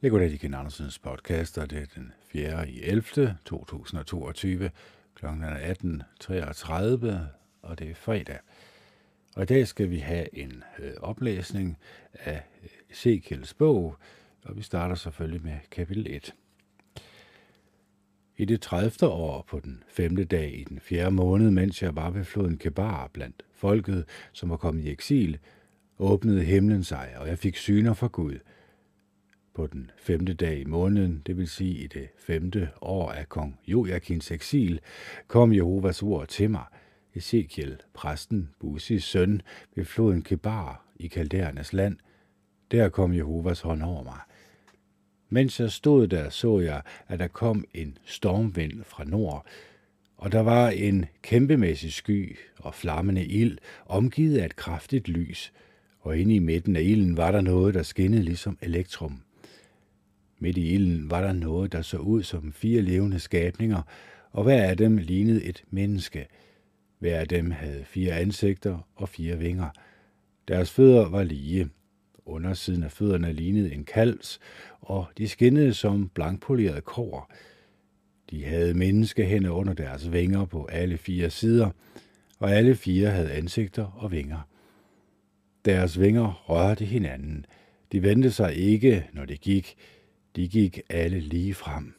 Nicolai Ken Andersens podcast, og det er den 4.11.2022. Klokken er 18.33, og det er fredag. Og i dag skal vi have en oplæsning af Ezekiels bog, og vi starter selvfølgelig med kapitel 1. I det 30. år på den 5. dag i den 4. måned, mens jeg var ved floden Kebar blandt folket, som var kommet i eksil, åbnede himlen sig, og jeg fik syner fra Gud. På den 5. dag i måneden, det vil sige i det 5. år af kong Joachins eksil, kom Jehovas ord til mig, Ezekiel, præsten, Busis søn, ved floden Kebar i Kaldæernes land. Der kom Jehovas hånd over mig. Mens jeg stod der, så jeg, at der kom en stormvind fra nord, og der var en kæmpemæssig sky og flammende ild, omgivet af et kraftigt lys, og inde i midten af ilden var der noget, der skinnede ligesom elektrum. Midt i ilden var der noget, der så ud som 4 levende skabninger, og hver af dem lignede et menneske. Hver af dem havde 4 ansigter og 4 vinger. Deres fødder var lige. Undersiden af fødderne lignede en kalvs, og de skinnede som blankpoleret kobber. De havde menneskehænder under deres vinger på alle 4 sider, og alle 4 havde ansigter og vinger. Deres vinger rørte hinanden. De vendte sig ikke, når de gik. De gik alle lige frem.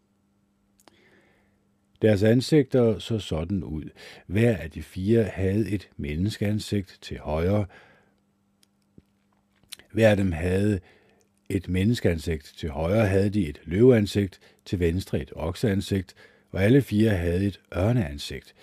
Deres ansigter så sådan ud. Hver af de 4 havde et menneskeansigt til højre. Hver af dem havde et menneskeansigt til højre, havde de et løveansigt, til venstre et okseansigt, og alle 4 havde et ørneansigt.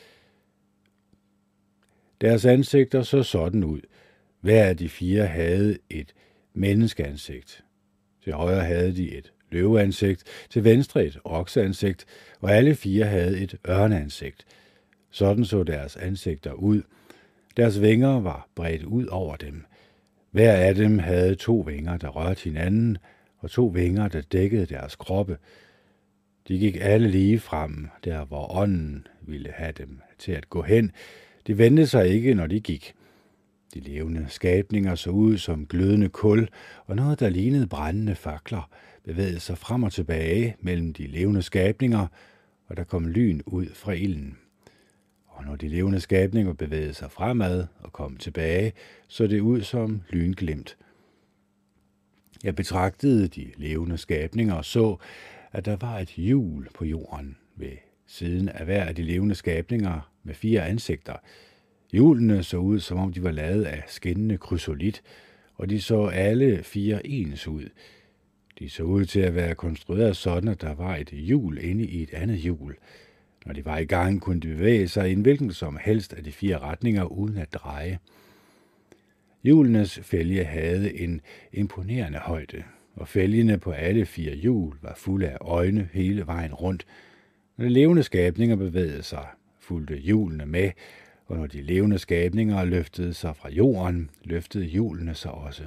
Deres ansigter så sådan ud. Hver af de 4 havde et menneskeansigt. Til højre havde de et løveansigt, til venstre et okseansigt, og alle 4 havde et ørneansigt. Sådan så deres ansigter ud. Deres vinger var bredt ud over dem. Hver af dem havde 2 vinger, der rørte hinanden, og 2 vinger, der dækkede deres kroppe. De gik alle lige frem, der hvor ånden ville have dem til at gå hen. De vendte sig ikke, når de gik. De levende skabninger så ud som glødende kul, og noget, der lignede brændende fakler, bevægede sig frem og tilbage mellem de levende skabninger, og der kom lyn ud fra ilden. Og når de levende skabninger bevægede sig fremad og kom tilbage, så det ud som lynglimt. Jeg betragtede de levende skabninger og så, at der var et hjul på jorden ved siden af hver af de levende skabninger med 4 ansigter. Hjulene så ud, som om de var lavet af skinnende krysolit, og de så alle 4 ens ud. De så ud til at være konstrueret sådan, at der var et hjul inde i et andet hjul. Når de var i gang, kunne de bevæge sig i en hvilken som helst af de 4 retninger uden at dreje. Hjulenes fælge havde en imponerende højde, og fælgene på alle 4 hjul var fulde af øjne hele vejen rundt. Når de levende skabninger bevægede sig, fulgte hjulene med, og når de levende skabninger løftede sig fra jorden, løftede hjulene sig også.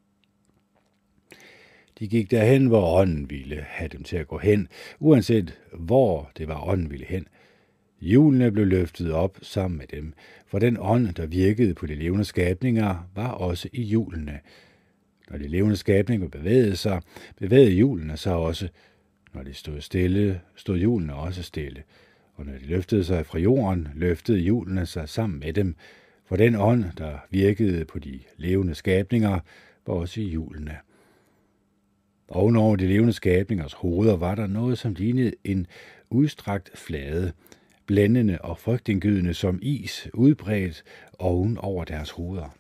De gik derhen, hvor ånden ville have dem til at gå hen, uanset hvor det var ånden ville hen. Hjulene blev løftet op sammen med dem, for den ånd, der virkede på de levende skabninger, var også i hjulene. Når de levende skabninger bevægede sig, bevægede hjulene sig også. Når de stod stille, stod hjulene også stille. Og når de løftede sig fra jorden, løftede hjulene sig sammen med dem, for den ånd, der virkede på de levende skabninger, var også i hjulene. Ovenover de levende skabningers hoveder var der noget, som lignede en udstrakt flade, blændende og frygtindgydende som is, udbredt oven over deres hoveder.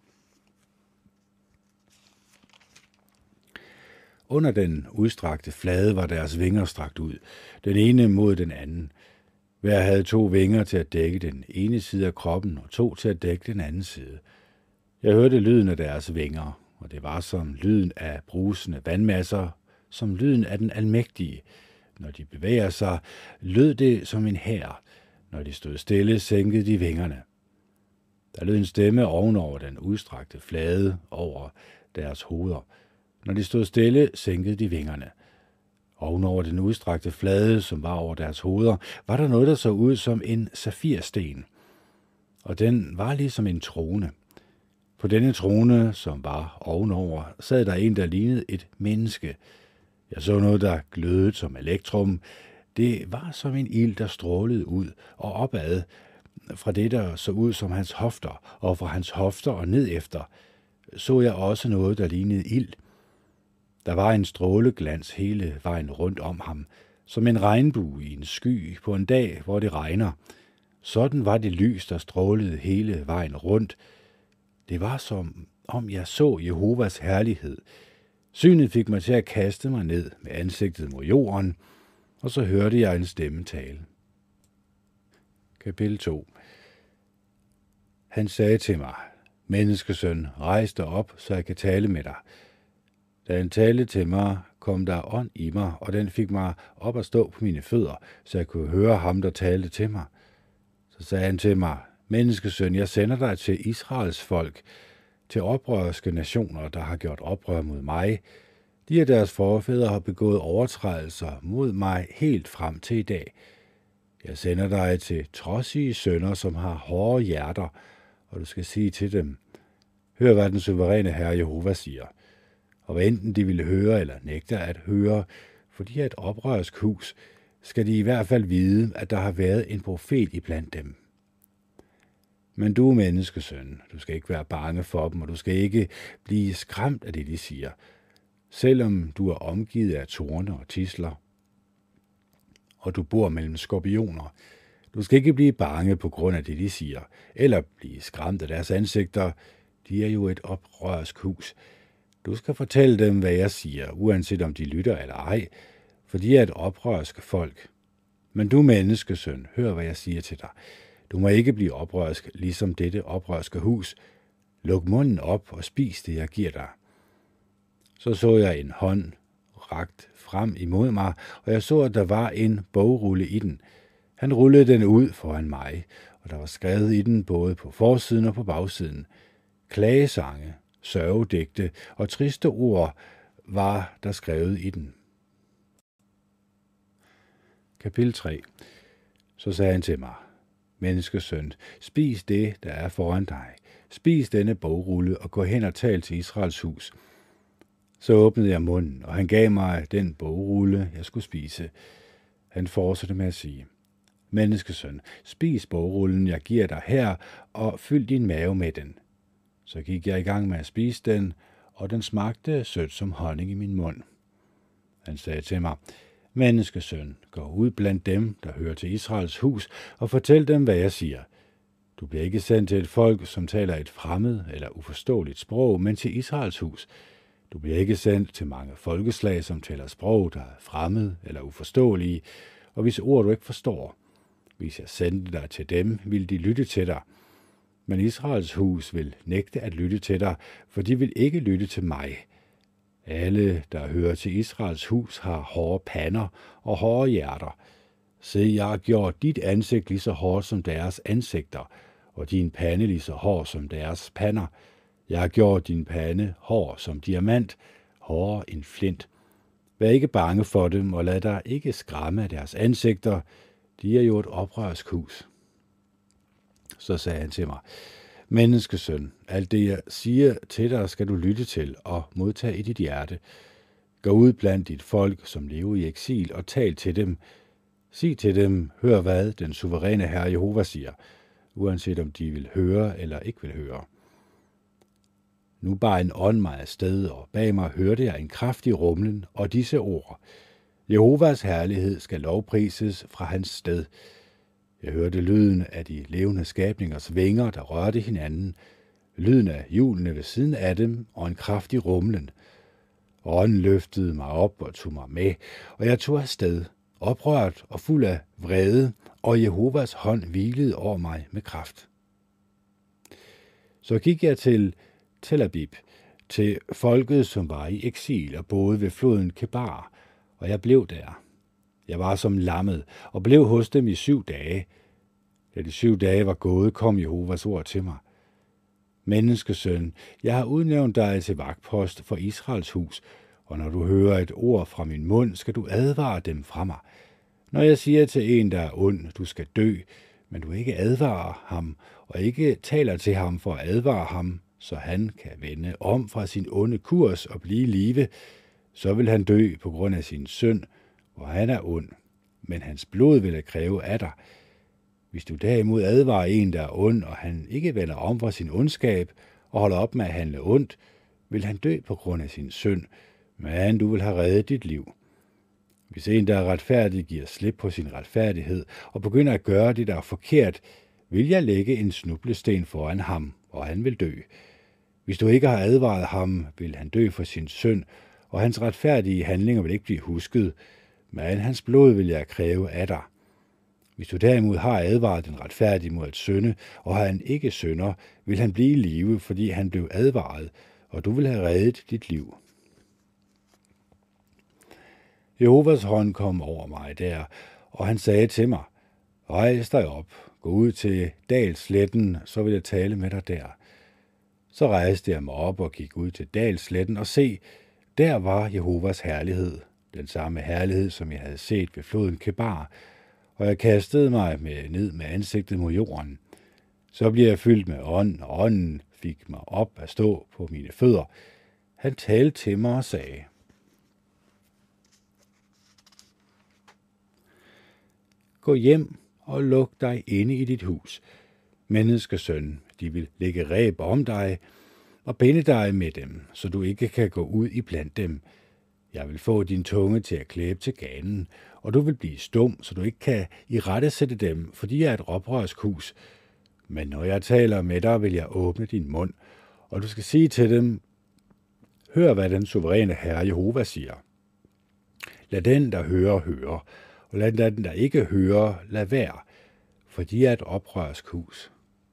Under den udstrakte flade var deres vinger strakt ud, den ene mod den anden. Hver havde 2 vinger til at dække den ene side af kroppen og 2 til at dække den anden side. Jeg hørte lyden af deres vinger, og det var som lyden af brusende vandmasser, som lyden af den almægtige. Når de bevæger sig, lød det som en hær. Når de stod stille, sænkede de vingerne. Der lød en stemme ovenover den udstrakte flade over deres hoveder. Når de stod stille, sænkede de vingerne. Ovenover den udstrakte flade, som var over deres hoveder, var der noget, der så ud som en safirsten. Og den var ligesom en trone. På denne trone, som var ovenover, sad der en, der lignede et menneske. Jeg så noget, der glødede som elektrum. Det var som en ild, der strålede ud og opad fra det, der så ud som hans hofter, og fra hans hofter og ned efter så jeg også noget, der lignede ild. Der var en stråleglans hele vejen rundt om ham, som en regnbue i en sky på en dag, hvor det regner. Sådan var det lys, der strålede hele vejen rundt. Det var som om jeg så Jehovas herlighed. Synet fik mig til at kaste mig ned med ansigtet mod jorden, og så hørte jeg en stemme tale. Kapitel 2. Han sagde til mig, menneskesøn, rejs dig op, så jeg kan tale med dig. Da han talte til mig, kom der ånd i mig, og den fik mig op at stå på mine fødder, så jeg kunne høre ham, der talte til mig. Så sagde han til mig, menneskesøn, jeg sender dig til Israels folk, til oprørske nationer, der har gjort oprør mod mig. De af deres forfædre har begået overtrædelser mod mig helt frem til i dag. Jeg sender dig til trodsige sønner, som har hårde hjerter, og du skal sige til dem, hør hvad den suveræne Herre Jehova siger. Og hvad enten de vil høre eller nægter at høre, fordi er et oprørsk hus, skal de i hvert fald vide, at der har været en profet iblandt dem. Men du, menneskesøn, du skal ikke være bange for dem, og du skal ikke blive skræmt af det, de siger, selvom du er omgivet af torne og tisler, og du bor mellem skorpioner. Du skal ikke blive bange på grund af det, de siger, eller blive skræmt af deres ansigter. De er jo et oprørsk hus. Du skal fortælle dem, hvad jeg siger, uanset om de lytter eller ej, for de er et oprørsk folk. Men du, menneskesøn, hør, hvad jeg siger til dig. Du må ikke blive oprørsk, ligesom dette oprørske hus. Luk munden op og spis det, jeg giver dig. Så jeg en hånd rakt frem imod mig, og jeg så, at der var en bogrulle i den. Han rullede den ud foran mig, og der var skrevet i den både på forsiden og på bagsiden. Klagesange, sørgedigte og triste ord var der skrevet i den. Kapitel 3. Så sagde han til mig, menneskesøn, spis det, der er foran dig. Spis denne bogrulle og gå hen og tal til Israels hus. Så åbnede jeg munden, og han gav mig den bogrulle, jeg skulle spise. Han fortsatte med at sige, menneskesøn, spis bogrullen, jeg giver dig her, og fyld din mave med den. Så gik jeg i gang med at spise den, og den smagte sødt som honning i min mund. Han sagde til mig, menneskesøn, gå ud blandt dem, der hører til Israels hus, og fortæl dem, hvad jeg siger. Du bliver ikke sendt til et folk, som taler et fremmed eller uforståeligt sprog, men til Israels hus. Du bliver ikke sendt til mange folkeslag, som taler sprog, der er fremmed eller uforståelige, og hvis ord du ikke forstår. Hvis jeg sendte dig til dem, vil de lytte til dig. Men Israels hus vil nægte at lytte til dig, for de vil ikke lytte til mig. Alle, der hører til Israels hus, har hårde pander og hårde hjerter. Se, jeg har gjort dit ansigt lige så hårdt som deres ansigter, og din pande lige så hård som deres pander. Jeg har gjort din pande hård som diamant, hårdere end flint. Vær ikke bange for dem, og lad dig ikke skræmme af deres ansigter. De er jo et oprørsk hus. Så sagde han til mig, menneskesøn, alt det jeg siger til dig, skal du lytte til og modtage i dit hjerte. Gå ud blandt dit folk, som lever i eksil, og tal til dem. Sig til dem, hør hvad den suveræne Herre Jehova siger, uanset om de vil høre eller ikke vil høre. Nu bar en ånd mig afsted, og bag mig hørte jeg en kraftig rumlen og disse ord. Jehovas herlighed skal lovprises fra hans sted. Jeg hørte lyden af de levende skabningers vinger, der rørte hinanden, lyden af hjulene ved siden af dem og en kraftig rumlen. Ånden løftede mig op og tog mig med, og jeg tog afsted, oprørt og fuld af vrede, og Jehovas hånd hvilede over mig med kraft. Så gik jeg til Tel Abib, til folket, som var i eksil og boede ved floden Kebar, og jeg blev der. Jeg var som lammet og blev hos dem i 7 dage. Da de 7 dage var gået, kom Jehovas ord til mig. Menneskesøn, jeg har udnævnt dig til vagtpost for Israels hus, og når du hører et ord fra min mund, skal du advare dem fra mig. Når jeg siger til en, der er ond, du skal dø, men du ikke advarer ham, og ikke taler til ham for at advare ham, så han kan vende om fra sin onde kurs og blive i live, så vil han dø på grund af sin synd, hvor han er ond, men hans blod vil jeg kræve af dig. Hvis du derimod advarer en, der er ond, og han ikke vender om fra sin ondskab og holder op med at handle ondt, vil han dø på grund af sin synd, men du vil have reddet dit liv. Hvis en, der er retfærdig, giver slip på sin retfærdighed og begynder at gøre det, der er forkert, vil jeg lægge en snublesten foran ham, og han vil dø. Hvis du ikke har advaret ham, vil han dø for sin synd, og hans retfærdige handlinger vil ikke blive husket, men hans blod vil jeg kræve af dig. Hvis du derimod har advaret den retfærdige mod at synde, og han ikke synder, vil han blive i live, fordi han blev advaret, og du vil have reddet dit liv. Jehovas hånd kom over mig der, og han sagde til mig, rejs dig op, gå ud til dalsletten, så vil jeg tale med dig der. Så rejste jeg mig op og gik ud til dalsletten, og se, der var Jehovas herlighed, den samme herlighed, som jeg havde set ved floden Kebar, og jeg kastede mig ned med ansigtet mod jorden. Så blev jeg fyldt med ånd, og ånden fik mig op at stå på mine fødder. Han talte til mig og sagde, gå hjem og luk dig inde i dit hus. Menneskesøn, de vil lægge reb om dig og binde dig med dem, så du ikke kan gå ud i blandt dem. Jeg vil få din tunge til at klæbe til ganen, og du vil blive stum, så du ikke kan irettesætte dem, for de er et oprørshus. Men når jeg taler med dig, vil jeg åbne din mund, og du skal sige til dem, hør hvad den suveræne Herre Jehova siger. Lad den, der hører, høre, og lad den, der ikke hører, lad være, for de er et oprørshus.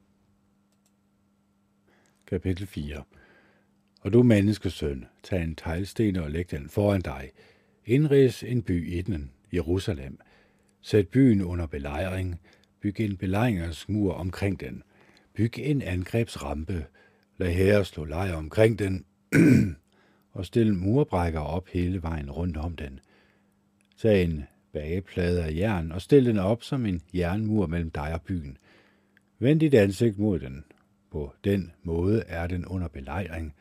Kapitel 4. Og du menneskesøn, tag en teglsten og læg den foran dig. Indrids en by i den, Jerusalem. Sæt byen under belejring. Byg en belejringsmur omkring den. Byg en angrebsrampe. Lad herrer slå lejr omkring den, og stil murbrækker op hele vejen rundt om den. Tag en bageplade af jern og stil den op som en jernmur mellem dig og byen. Vend dit ansigt mod den. På den måde er den under belejring.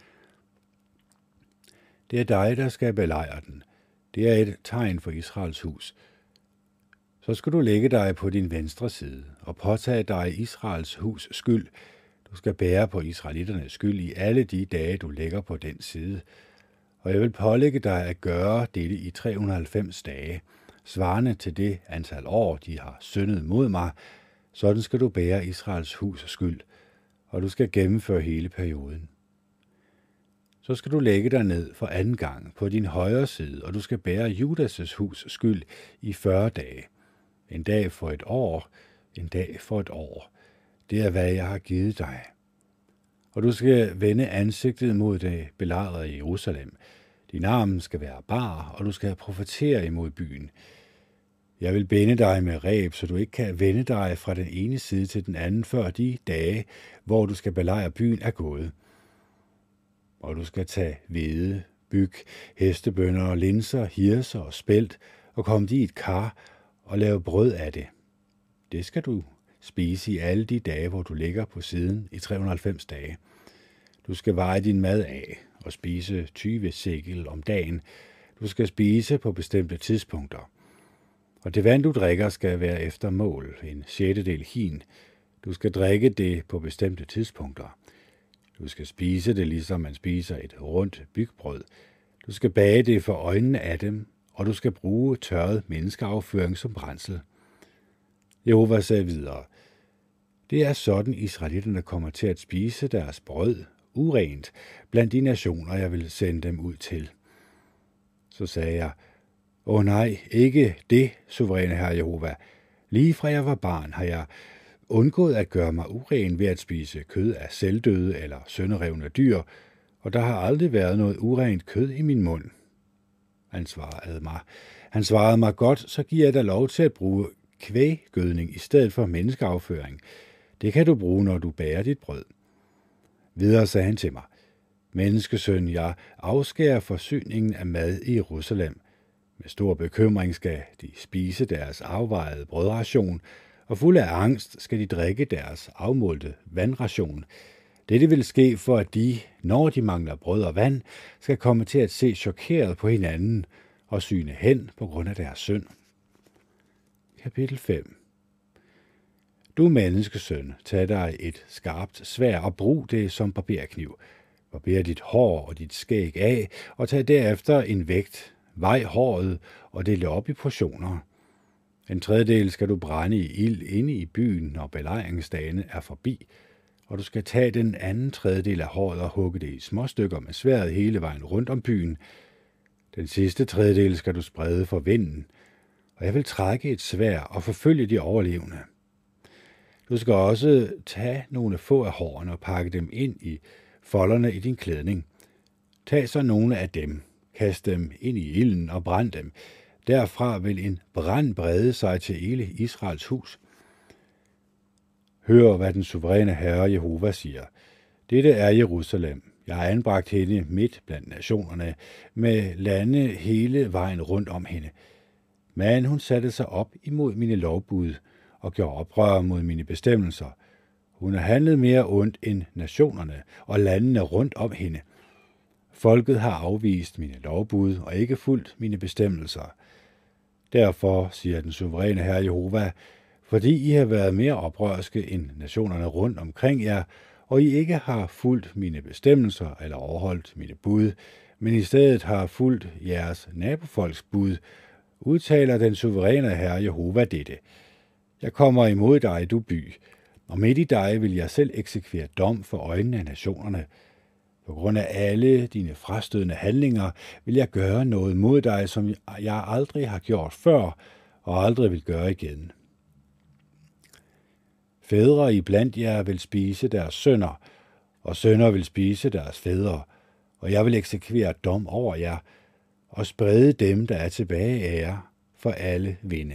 Det er dig, der skal belejre den. Det er et tegn for Israels hus. Så skal du lægge dig på din venstre side og påtage dig Israels hus skyld. Du skal bære på israelitternes skyld i alle de dage, du lægger på den side. Og jeg vil pålægge dig at gøre dette i 390 dage, svarende til det antal år, de har syndet mod mig. Sådan skal du bære Israels hus skyld, og du skal gennemføre hele perioden. Så skal du lægge dig ned for anden gang på din højre side, og du skal bære Judas' hus skyld i 40 dage. En dag for et år, en dag for et år. Det er, hvad jeg har givet dig. Og du skal vende ansigtet mod det belejrede Jerusalem. Din arm skal være bar, og du skal profetere imod byen. Jeg vil binde dig med reb, så du ikke kan vende dig fra den ene side til den anden, før de dage, hvor du skal belejre byen, er gået. Og du skal tage hvede, byg, hestebønner, linser, hirser og spelt, og komme de i et kar og lave brød af det. Det skal du spise i alle de dage, hvor du ligger på siden i 390 dage. Du skal veje din mad af og spise 20 sekel om dagen. Du skal spise på bestemte tidspunkter. Og det vand, du drikker, skal være efter mål, en 6/6 hin. Du skal drikke det på bestemte tidspunkter. Du skal spise det, ligesom man spiser et rundt bygbrød. Du skal bage det for øjnene af dem, og du skal bruge tørret menneskeafføring som brændsel. Jehova sagde videre, det er sådan, israelitterne kommer til at spise deres brød, urent, blandt de nationer, jeg vil sende dem ud til. Så sagde jeg, nej, ikke det, suveræne Herre Jehova. Lige fra jeg var barn har jeg undgået at gøre mig uren ved at spise kød af selvdøde eller sønderrevne dyr, og der har aldrig været noget urent kød i min mund. Han svarede mig godt, så giver jeg dig lov til at bruge kvæggødning i stedet for menneskeafføring. Det kan du bruge, når du bærer dit brød. Videre sagde han til mig, menneskesøn, jeg afskærer forsyningen af mad i Jerusalem. Med stor bekymring skal de spise deres afvejede brødration, og fuld af angst skal de drikke deres afmålte vandration. Dette vil ske for, at de, når de mangler brød og vand, skal komme til at se chokeret på hinanden og syne hen på grund af deres synd. Kapitel 5. Du menneskesøn, tag dig et skarpt sværd og brug det som barberkniv. Barber dit hår og dit skæg af, og tag derefter en vægt. Vej håret og del det op i portioner. En tredjedel skal du brænde i ild inde i byen, når belejringsdagene er forbi, og du skal tage den anden tredjedel af håret og hugge det i små stykker med sværdet hele vejen rundt om byen. Den sidste tredjedel skal du sprede for vinden, og jeg vil trække et sværd og forfølge de overlevende. Du skal også tage nogle få af hårene og pakke dem ind i folderne i din klædning. Tag så nogle af dem, kast dem ind i ilden og brænd dem. Derfra vil en brand brede sig til hele Israels hus. Hør, hvad den suveræne Herre Jehova siger. Dette er Jerusalem. Jeg har anbragt hende midt blandt nationerne, med lande hele vejen rundt om hende. Men hun satte sig op imod mine lovbud og gjorde oprør mod mine bestemmelser. Hun har handlet mere ondt end nationerne og landene rundt om hende. Folket har afvist mine lovbud og ikke fulgt mine bestemmelser. Derfor, siger den suveræne Herre Jehova, fordi I har været mere oprørske end nationerne rundt omkring jer, og I ikke har fulgt mine bestemmelser eller overholdt mine bud, men i stedet har fulgt jeres nabofolks bud, udtaler den suveræne Herre Jehova dette. Jeg kommer imod dig, du by, og midt i dig vil jeg selv eksekvere dom for øjnene af nationerne. På grund af alle dine frastødende handlinger vil jeg gøre noget mod dig, som jeg aldrig har gjort før og aldrig vil gøre igen. Fædre iblandt jer vil spise deres sønner, og sønner vil spise deres fædre, og jeg vil eksekvere dom over jer og sprede dem, der er tilbage af jer, for alle vinde.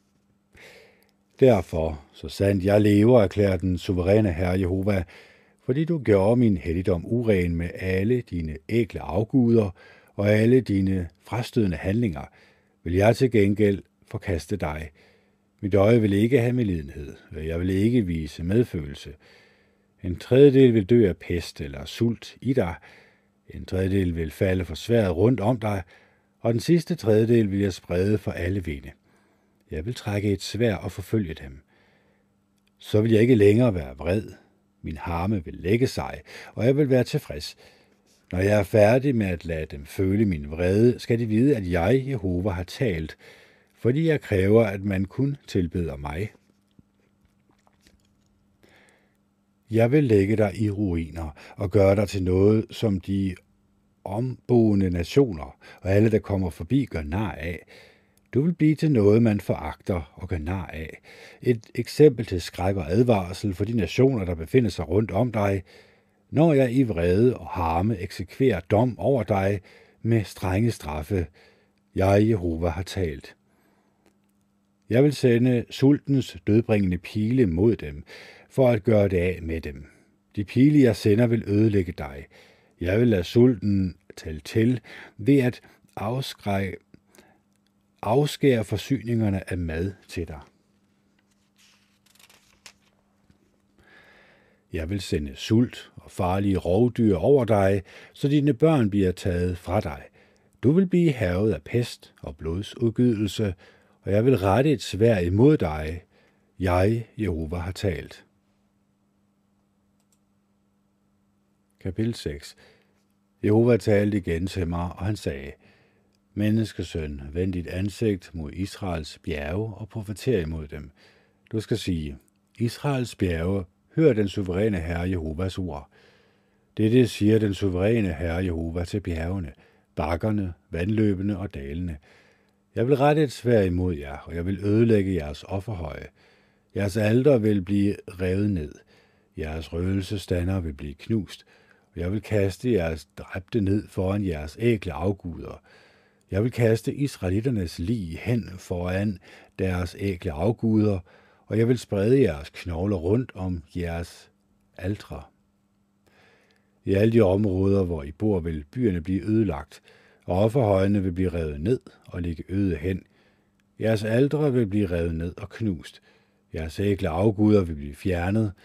Derfor, så sandt jeg lever, erklærer den suveræne Herre Jehova, fordi du gjorde min helligdom uren med alle dine ækle afguder og alle dine frastødende handlinger, vil jeg til gengæld forkaste dig. Mit øje vil ikke have medlidenhed, og jeg vil ikke vise medfølelse. En tredjedel vil dø af pest eller sult i dig, en tredjedel vil falde for sværdet rundt om dig, og den sidste tredjedel vil jeg sprede for alle vinde. Jeg vil trække et sværd og forfølge dem. Så vil jeg ikke længere være vred. Min harme vil lægge sig, og jeg vil være tilfreds. Når jeg er færdig med at lade dem føle min vrede, skal de vide, at jeg, Jehova, har talt, fordi jeg kræver, at man kun tilbeder mig. Jeg vil lægge dig i ruiner og gøre dig til noget, som de omboende nationer og alle, der kommer forbi, gør nar af. Du vil blive til noget, man foragter og gør nar af. Et eksempel til skræk og advarsel for de nationer, der befinder sig rundt om dig, når jeg i vrede og harme eksekverer dom over dig med strenge straffe. Jeg, Jehova, har talt. Jeg vil sende sultens dødbringende pile mod dem, for at gøre det af med dem. De pile, jeg sender, vil ødelægge dig. Jeg vil lade sulten tælle til ved at afskære forsyningerne af mad til dig. Jeg vil sende sult og farlige rovdyr over dig, så dine børn bliver taget fra dig. Du vil blive hærget af pest og blodsudgydelse, og jeg vil rette et sværd imod dig. Jeg, Jehova, har talt. Kapitel 6. Jehova talte igen til mig, og han sagde, Menneskesøn, vend dit ansigt mod Israels bjerge og profeter imod dem. Du skal sige, Israels bjerge, hør den suveræne Herre Jehovas ord. Dette siger den suveræne Herre Jehova til bjergene, bakkerne, vandløbene og dalene. Jeg vil rette et sværd imod jer, og jeg vil ødelægge jeres offerhøje. Jeres alter vil blive revet ned. Jeres røgelsestander vil blive knust, og jeg vil kaste jeres dræbte ned foran jeres ækle afguder. Jeg vil kaste israelitternes lig hen foran deres ækle afguder, og jeg vil sprede jeres knogler rundt om jeres altre. I alle de områder, hvor I bor, vil byerne blive ødelagt, og offerhøjene vil blive revet ned og ligge øde hen. Jeres altre vil blive revet ned og knust. Jeres ækle afguder vil blive fjernet.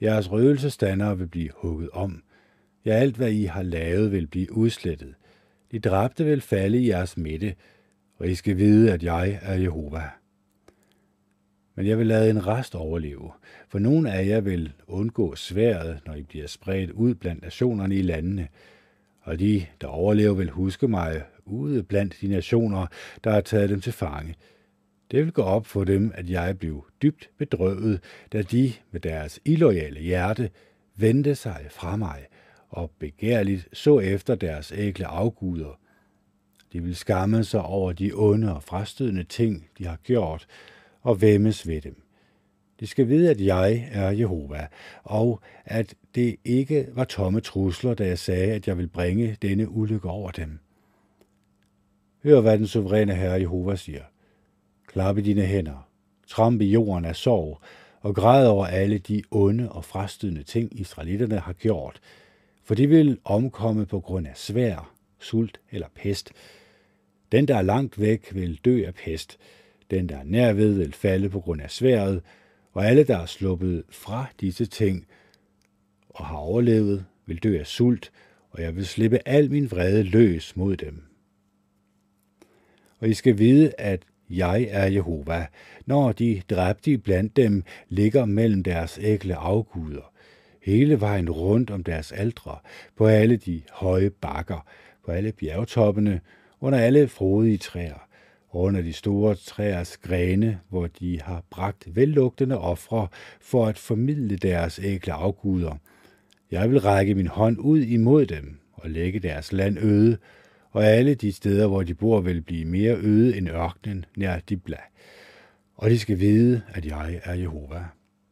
Jeres røgelsesstandere vil blive hugget om. Ja, alt hvad I har lavet vil blive udslettet. De dræbte vil falde i jeres midte, og I skal vide, at jeg er Jehova. Men jeg vil lade en rest overleve, for nogen af jer vil undgå sværdet, når I bliver spredt ud blandt nationerne i landene, og de, der overlever, vil huske mig ude blandt de nationer, der har taget dem til fange. Det vil gå op for dem, at jeg blev dybt bedrøvet, da de med deres illoyale hjerte vendte sig fra mig og begærligt så efter deres ækle afguder. De vil skamme sig over de onde og frastødende ting, de har gjort, og væmmes ved dem. De skal vide, at jeg er Jehova, og at det ikke var tomme trusler, da jeg sagde, at jeg vil bringe denne ulykke over dem. Hør, hvad den suveræne Herre Jehova siger. Klap i dine hænder, tramp i jorden af sorg, og græd over alle de onde og frastødende ting, israelitterne har gjort, for de vil omkomme på grund af svær, sult eller pest. Den, der er langt væk, vil dø af pest. Den, der er nærved, vil falde på grund af sværet, og alle, der er sluppet fra disse ting og har overlevet, vil dø af sult, og jeg vil slippe al min vrede løs mod dem. Og I skal vide, at jeg er Jehova, når de dræbte blandt dem ligger mellem deres ækle afguder, hele vejen rundt om deres altre, på alle de høje bakker, på alle bjergtoppene, under alle frodige træer, og under de store træers grene, hvor de har bragt vellugtende ofre for at formidle deres ækle afguder. Jeg vil række min hånd ud imod dem og lægge deres land øde, og alle de steder, hvor de bor, vil blive mere øde end ørkenen nær Dibla. Og de skal vide, at jeg er Jehova.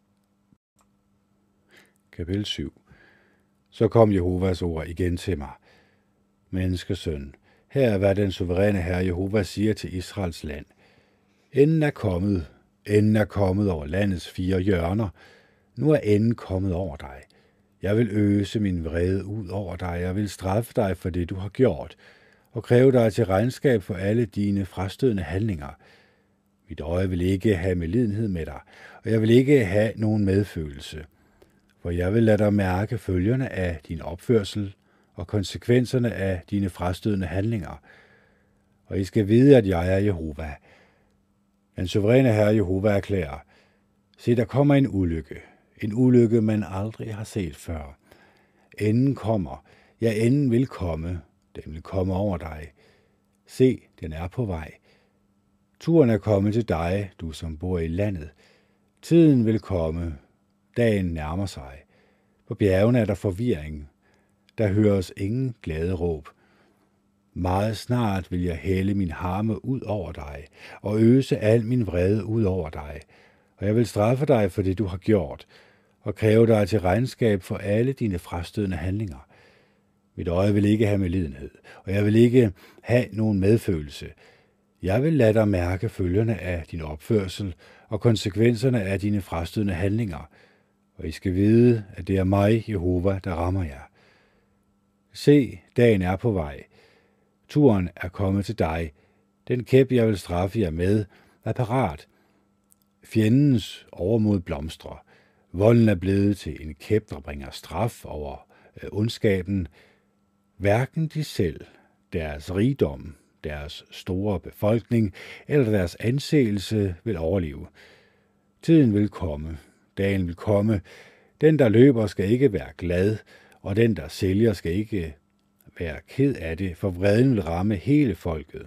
Kapitel 7. Så kom Jehovas ord igen til mig. Menneskesøn, her er, hvad den suveræne Herre Jehova siger til Israels land. Enden er kommet over landets 4 hjørner. Nu er enden kommet over dig. Jeg vil øse min vrede ud over dig. Jeg vil straffe dig for det, du har gjort, og kræve dig til regnskab for alle dine frastødende handlinger. Mit øje vil ikke have medlidenhed med dig, og jeg vil ikke have nogen medfølelse. For jeg vil lade dig mærke følgerne af din opførsel og konsekvenserne af dine frastødende handlinger. Og I skal vide, at jeg er Jehova. Den suveræne Herre Jehova erklærer, se, der kommer en ulykke, man aldrig har set før. Enden kommer, ja, enden vil komme, den vil komme over dig. Se, den er på vej. Turen er kommet til dig, du som bor i landet. Tiden vil komme, dagen nærmer sig. På bjergene er der forvirring. Der høres ingen glade råb. Meget snart vil jeg hælde min harme ud over dig, og øse al min vrede ud over dig. Og jeg vil straffe dig for det, du har gjort, og kræve dig til regnskab for alle dine frastødende handlinger. Mit øje vil ikke have medlidenhed, og jeg vil ikke have nogen medfølelse. Jeg vil lade dig mærke følgerne af din opførsel og konsekvenserne af dine frastødende handlinger, og I skal vide, at det er mig, Jehova, der rammer jer. Se, dagen er på vej. Turen er kommet til dig. Den kæp, jeg vil straffe jer med, er parat. Fjendens overmod blomstrer. Volden er blevet til en kæp, der bringer straf over ondskaben. Hverken de selv, deres rigdom, deres store befolkning eller deres anseelse vil overleve. Tiden vil komme. Dagen vil komme. Den, der løber, skal ikke være glad, og den, der sælger, skal ikke være ked af det, for vreden vil ramme hele folket.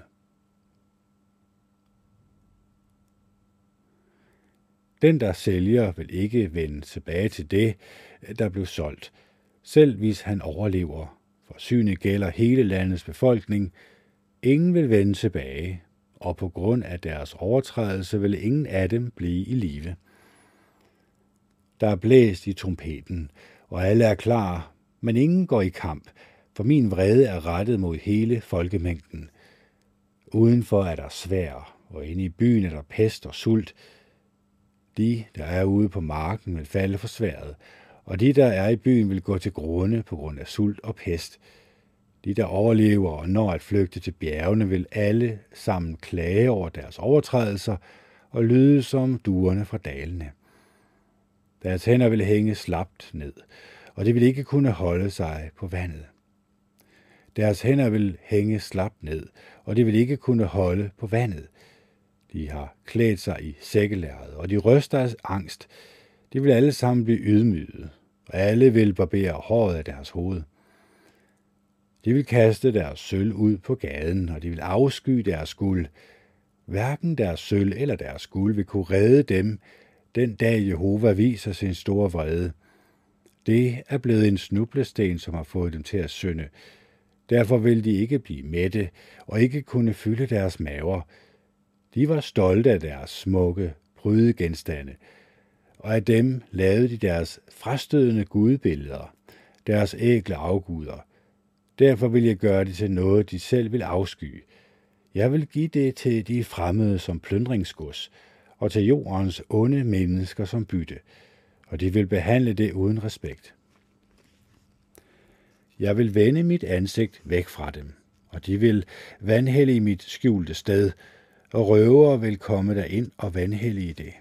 Den, der sælger, vil ikke vende tilbage til det, der blev solgt, selv hvis han overlever. For synet gælder hele landets befolkning. Ingen vil vende tilbage, og på grund af deres overtrædelse vil ingen af dem blive i live. Der er blæst i trompeten, og alle er klar, men ingen går i kamp, for min vrede er rettet mod hele folkemængden. Udenfor er der sværd, og inde i byen er der pest og sult. De, der er ude på marken, vil falde for sværdet, og de, der er i byen, vil gå til grunde på grund af sult og pest. De, der overlever og når at flygte til bjergene, vil alle sammen klage over deres overtrædelser og lyde som duerne fra dalene. Deres hænder ville hænge slapt ned, og de ville ikke kunne holde sig på vandet. Deres hænder vil hænge slapt ned, og de vil ikke kunne holde på vandet. De har klædt sig i sækkelærred, og de ryster af angst. De vil alle sammen blive ydmyget, og alle vil barbere håret af deres hoved. De vil kaste deres sølv ud på gaden, og de vil afsky deres guld. Hverken deres sølv eller deres guld vil kunne redde dem, den dag Jehova viser sin store vrede. Det er blevet en snublesten, som har fået dem til at synde. Derfor vil de ikke blive mætte og ikke kunne fylde deres maver. De var stolte af deres smukke, prydede genstande, og af dem lavede de deres frastødende gudebilleder, deres ægle afguder. Derfor vil jeg gøre det til noget, de selv vil afsky. Jeg vil give det til de fremmede som plyndringsgods, og til jordens onde mennesker som bytte, og de vil behandle det uden respekt. Jeg vil vende mit ansigt væk fra dem, og de vil vanhellige mit skjulte sted, og røvere vil komme derind og vanhellige det.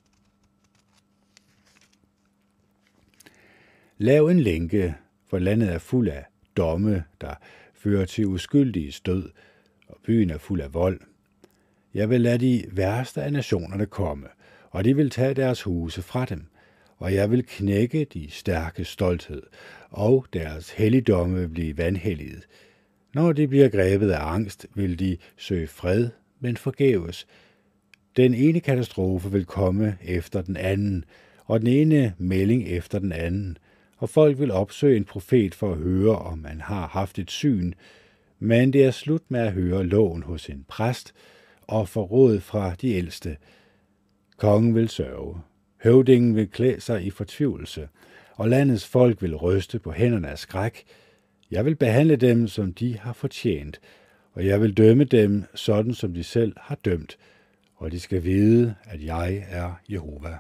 Lav en lænke, for landet er fuld af domme, der fører til uskyldige stød, og byen er fuld af vold. Jeg vil lade de værste af nationerne komme, og de vil tage deres huse fra dem, og jeg vil knække de stærke stolthed, og deres helligdomme vil blive vanhelliget. Når de bliver grebet af angst, vil de søge fred, men forgæves. Den ene katastrofe vil komme efter den anden, og den ene melding efter den anden, og folk vil opsøge en profet for at høre, om man har haft et syn, men det er slut med at høre loven hos en præst og få råd fra de ældste. Kongen vil sørge, høvdingen vil klæde sig i fortvivlelse, og landets folk vil ryste på hænderne af skræk. Jeg vil behandle dem, som de har fortjent, og jeg vil dømme dem, sådan som de selv har dømt, og de skal vide, at jeg er Jehova.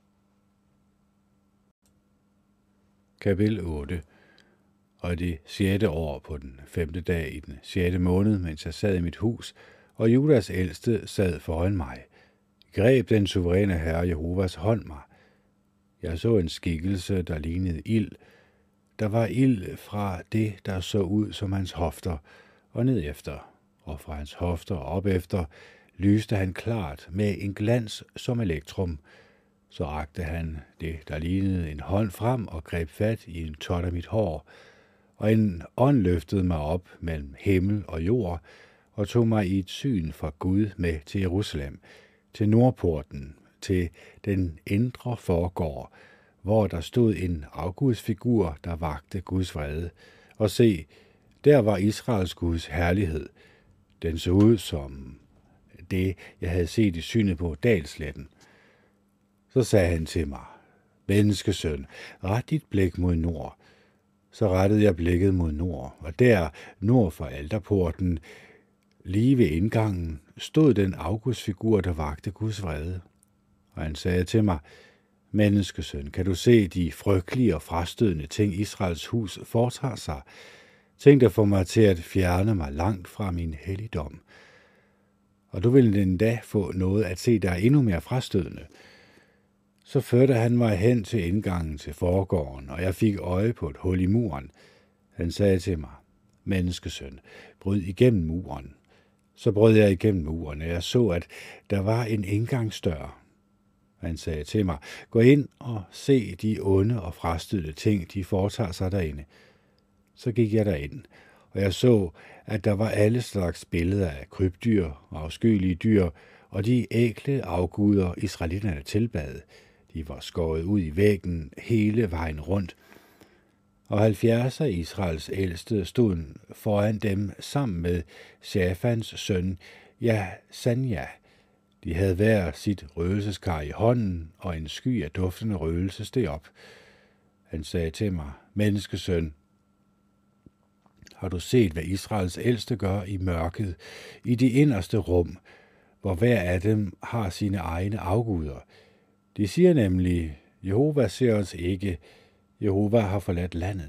Kapitel 8. Og det 6. år på den 5. dag i den 6. måned, mens jeg sad i mit hus, og Judas ældste sad foran mig, greb den suveræne herre Jehovas hånd mig. Jeg så en skikkelse, der lignede ild. Der var ild fra det, der så ud som hans hofter, og ned efter, og fra hans hofter op efter, lyste han klart med en glans som elektrum. Så rakte han det, der lignede en hånd frem og greb fat i en tot af mit hår, og en ånd løftede mig op mellem himmel og jord, og tog mig i et syn fra Gud med til Jerusalem, til Nordporten, til den indre forgård, hvor der stod en afgudsfigur, der vagte Guds vrede. Og se, der var Israels Guds herlighed. Den så ud som det, jeg havde set i synet på dalsletten. Så sagde han til mig, menneskesøn, ret dit blik mod nord. Så rettede jeg blikket mod nord, og der, nord for alterporten, lige ved indgangen, stod den afgudsfigur, der vagte Guds vrede. Og han sagde til mig, menneskesøn, kan du se de frygtelige og frastødende ting, Israels hus foretager sig? Ting, der får mig til at fjerne mig langt fra min helligdom. Og du vil endda få noget at se, der er endnu mere frastødende. Så førte han mig hen til indgangen til forgården, og jeg fik øje på et hul i muren. Han sagde til mig, menneskesøn, bryd igennem muren. Så brød jeg igennem muren, og jeg så, at der var en indgangsdør. Han sagde til mig, gå ind og se de onde og frastødende ting, de foretager sig derinde. Så gik jeg derind, og jeg så, at der var alle slags billeder af krybdyr og afskyelige dyr, og de ækle afguder israelitterne tilbad. De var skåret ud i væggen hele vejen rundt, og 70 af Israels ældste stod foran dem sammen med Shafans søn, Sanja. De havde hver sit røgelseskar i hånden, og en sky af duftende røgelse steg op. Han sagde til mig, menneskesøn, har du set, hvad Israels ældste gør i mørket, i de inderste rum, hvor hver af dem har sine egne afguder? De siger nemlig, Jehova ser os ikke, Jehova har forladt landet.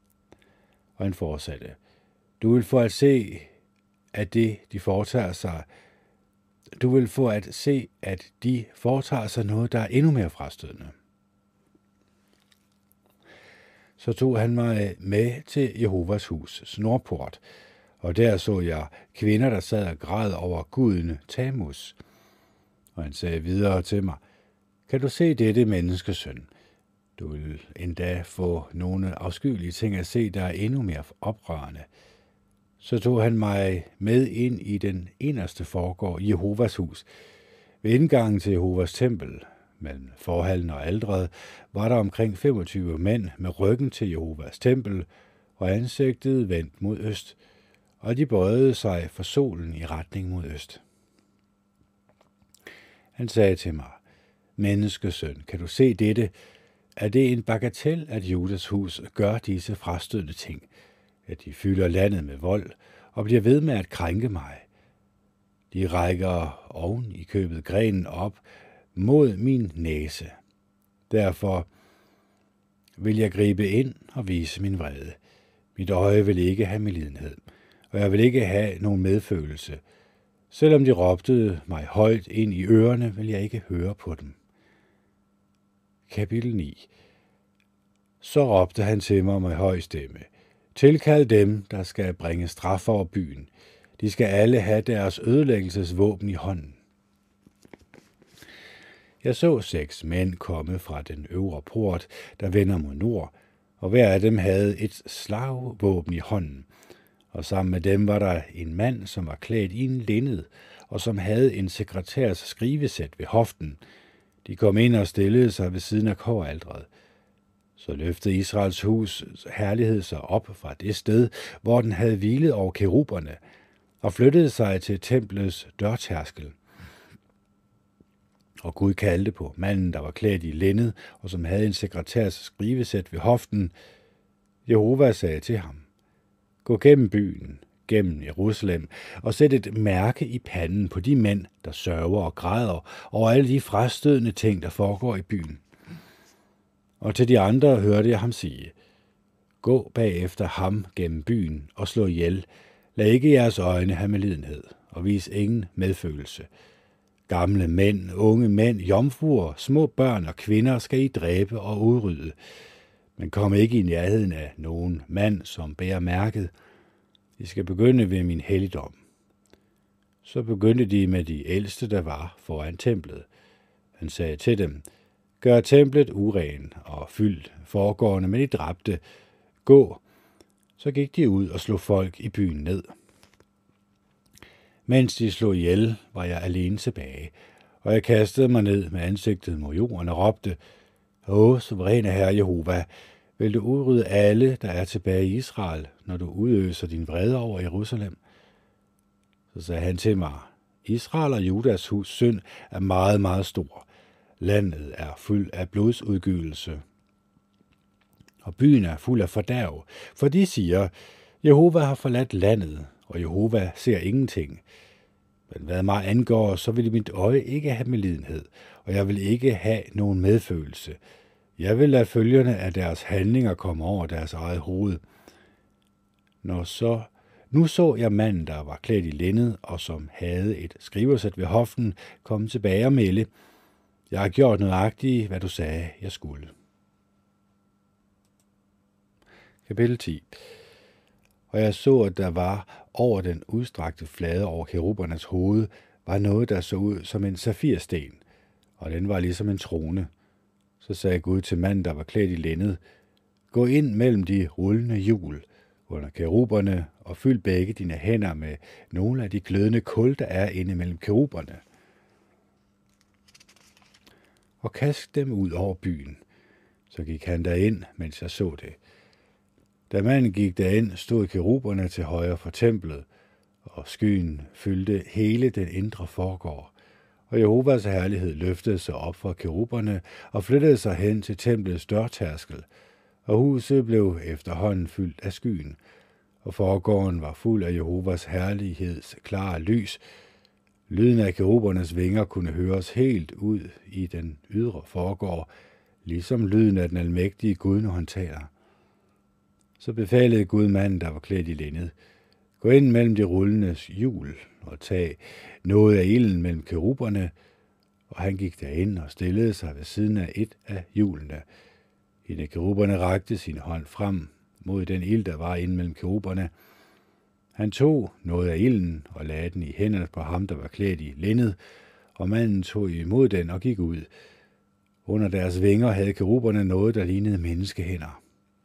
Og han fortsatte, du vil få at se, at det, de foretager sig, du vil få at se, at de foretager sig noget, der er endnu mere frastødende. så tog han mig med til Jehovas hus nordport, og der så jeg kvinder, der sad og græd over guden Tamus. Og han sagde videre til mig, kan du se dette, menneskesøn? Du vil endda få nogle afskyelige ting at se, der er endnu mere oprørende. Så tog han mig med ind i den inderste forgård i Jehovas hus. Ved indgangen til Jehovas tempel, mellem forhallen og alteret, var der omkring 25 mænd med ryggen til Jehovas tempel og ansigtet vendt mod øst, og de bøjede sig for solen i retning mod øst. Han sagde til mig, menneskesøn, kan du se dette? Er det en bagatel, at Judas hus gør disse frastødende ting, at de fylder landet med vold og bliver ved med at krænke mig? De rækker oven i købet grenen op mod min næse. Derfor vil jeg gribe ind og vise min vrede. Mit øje vil ikke have medlidenhed, og jeg vil ikke have nogen medfølelse. Selvom de råbte mig højt ind i ørerne, vil jeg ikke høre på dem. Kapitel 9. Så råbte han til mig med høj stemme. Tilkald dem, der skal bringe straf over byen. De skal alle have deres ødelæggelsesvåben i hånden. Jeg så 6 mænd komme fra den øvre port, der vender mod nord, og hver af dem havde et slagvåben i hånden. Og sammen med dem var der en mand, som var klædt i en linned, og som havde en sekretærs skrivesæt ved hoften. De kom ind og stillede sig ved siden af kobberalteret. Så løftede Israels hus herlighed sig op fra det sted, hvor den havde hvilet over keruberne, og flyttede sig til templets dørtærskel. Og Gud kaldte på manden, der var klædt i linned, og som havde en sekretærs skrivesæt ved hoften. Jehova sagde til ham, gå gennem byen, gennem Jerusalem, og sæt et mærke i panden på de mænd, der sørger og græder over alle de frastødende ting, der foregår i byen. Og til de andre hørte jeg ham sige, gå bagefter ham gennem byen og slå ihjel. Lad ikke jeres øjne have medlidenhed, og vis ingen medfølelse. Gamle mænd, unge mænd, jomfruer, små børn og kvinder skal I dræbe og udrydde. Men kom ikke i nærheden af nogen mand, som bærer mærket. I skal begynde ved min helligdom. Så begyndte de med de ældste, der var foran templet. Han sagde til dem, gør templet uren og fyldt forgårdene med de dræbte. Gå. Så gik de ud og slog folk i byen ned. Mens de slog ihjel, var jeg alene tilbage, og jeg kastede mig ned med ansigtet mod jorden og råbte, suveræne Herre Jehova, vil du udrydde alle, der er tilbage i Israel, når du udøser din vrede over Jerusalem? Så sagde han til mig, Israel og Judas hus synd er meget, meget stor. Landet er fuld af blodsudgivelse, og byen er fuld af fordærv, for de siger, Jehova har forladt landet, og Jehova ser ingenting. Men hvad mig angår, så vil mit øje ikke have medlidenhed, og jeg vil ikke have nogen medfølelse. Jeg vil lade følgerne af deres handlinger komme over deres eget hoved. Nu så jeg manden, der var klædt i linned, og som havde et skriversæt ved hoften, komme tilbage og melde, jeg har gjort nøjagtigt, hvad du sagde, jeg skulle. Kapitel 10. Og jeg så, at der var over den udstrakte flade over kerubernes hoved, var noget, der så ud som en safirsten, og den var ligesom en trone. Så sagde Gud til manden, der var klædt i linned, gå ind mellem de rullende hjul under keruberne og fyld begge dine hænder med nogle af de glødende kul, der er inde mellem keruberne, og kast dem ud over byen. Så gik han derind, mens jeg så det. Da manden gik derind, stod keruberne til højre for templet, og skyen fyldte hele den indre forgård. Og Jehovas herlighed løftede sig op fra keruberne og flyttede sig hen til templets dørtærskel, og huset blev efterhånden fyldt af skyen, og forgården var fuld af Jehovas herligheds klare lys. Lyden af kerubernes vinger kunne høres helt ud i den ydre forgård, ligesom lyden af den almægtige Gud, når han taler. Så befalede Gud manden, der var klædt i linned, gå ind mellem de rullende hjul og tag noget af ilden mellem keruberne, og han gik derind og stillede sig ved siden af et af hjulene. En af keruberne rakte sin hånd frem mod den ild, der var inde mellem keruberne. Han tog noget af ilden og lagde den i hænderne på ham, der var klædt i linned, og manden tog imod den og gik ud. Under deres vinger havde keruberne noget, der lignede menneskehænder.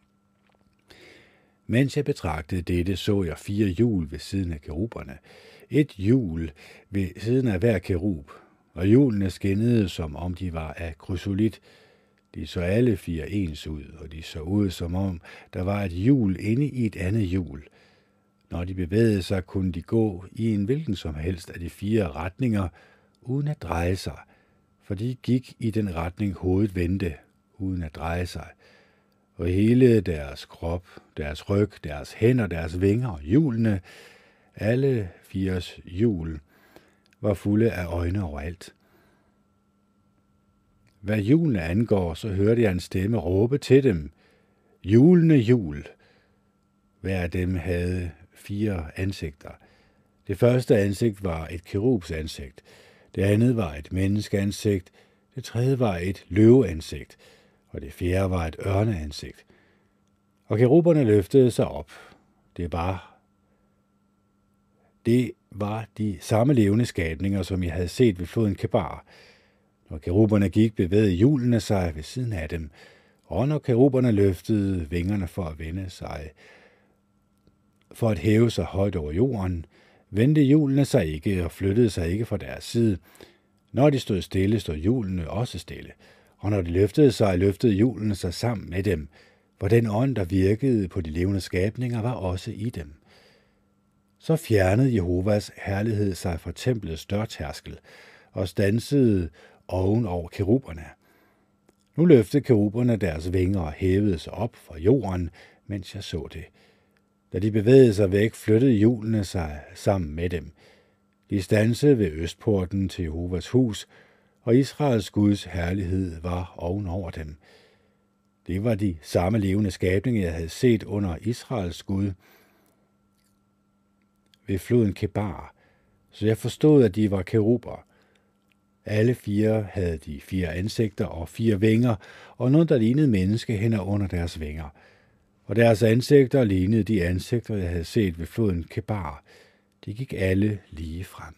Mens jeg betragtede dette, så jeg 4 hjul ved siden af keruberne. Et hjul ved siden af hver kerub, og hjulene skinnede, som om de var af krysolit. De så alle 4 ens ud, og de så ud, som om der var et hjul inde i et andet hjul. Når de bevægede sig, kunne de gå i en hvilken som helst af de 4 retninger, uden at dreje sig, for de gik i den retning hovedet vendte, uden at dreje sig. Og hele deres krop, deres ryg, deres hænder, deres vinger og hjulene, alle 4 hjul, var fulde af øjne overalt. Hvad hjulene angår, så hørte jeg en stemme råbe til dem: hjulene hjul. Hver af dem havde 4 ansigter. Det første ansigt var et kerubs ansigt. Det andet var et menneskeansigt. Det tredje var et løveansigt. Og det fjerde var et ørneansigt. Og keruberne løftede sig op. Det var de samme levende skabninger, som jeg havde set ved floden Kebar. Når keruberne gik, bevægede hjulene sig ved siden af dem, og når keruberne løftede vingerne for at vende sig, for at hæve sig højt over jorden, vendte hjulene sig ikke og flyttede sig ikke fra deres side. Når de stod stille, stod hjulene også stille, og når de løftede sig, løftede hjulene sig sammen med dem, for den ånd, der virkede på de levende skabninger, var også i dem. Så fjernede Jehovas herlighed sig fra templets dørtærskel og stansede oven over keruberne. Nu løftede keruberne deres vinger og hævede sig op fra jorden, mens jeg så det. Da de bevægede sig væk, flyttede hjulene sig sammen med dem. De stansede ved østporten til Jehovas hus, og Israels Guds herlighed var ovenover dem. Det var de samme levende skabninger, jeg havde set under Israels Gud ved floden Kebar, så jeg forstod, at de var keruber. Alle 4 havde de 4 ansigter og 4 vinger, og noget, der lignede menneskehænder under deres vinger. Og deres ansigter lignede de ansigter, jeg havde set ved floden Kebar. De gik alle lige frem.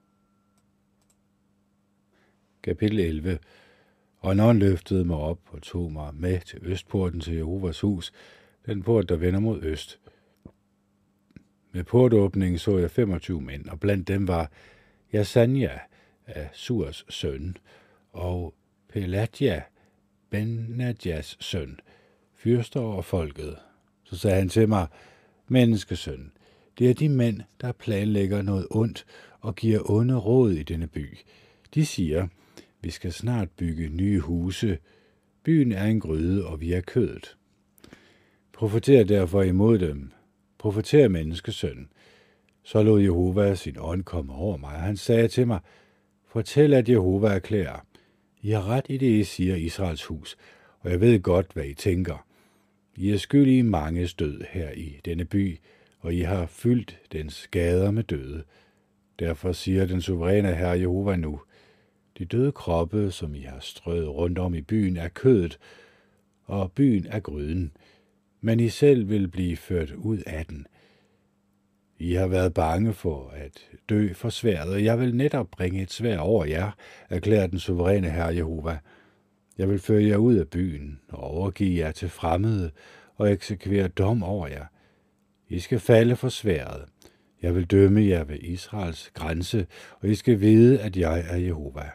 Kapitel 11. Og Ånden løftede mig op og tog mig med til østporten til Jehovas hus, den port, der vender mod øst. Med portåbningen så jeg 25 mænd, og blandt dem var Jasanja af Surs søn, og Peladja, Benadjas søn, fyrster over folket. Så sagde han til mig: menneskesøn, det er de mænd, der planlægger noget ondt og giver onde råd i denne by. De siger: vi skal snart bygge nye huse. Byen er en gryde, og vi er kødet. Profeter derfor imod dem. Profeter menneskesøn. Så lod Jehova sin ånd komme over mig, og han sagde til mig: fortæl, at Jehova erklærer: I har ret i det, I siger, Israels hus, og jeg ved godt, hvad I tænker. I er skyld i manges død her i denne by, og I har fyldt dens gader med døde. Derfor siger den suveræne Herre Jehova nu: de døde kroppe, som I har strøget rundt om i byen, er kødet, og byen er gryden, men I selv vil blive ført ud af den. I har været bange for at dø for sværdet, og jeg vil netop bringe et sværd over jer, erklærer den suveræne Herre Jehova. Jeg vil føre jer ud af byen og overgive jer til fremmede og eksekvere dom over jer. I skal falde for sværdet. Jeg vil dømme jer ved Israels grænse, og I skal vide, at jeg er Jehova.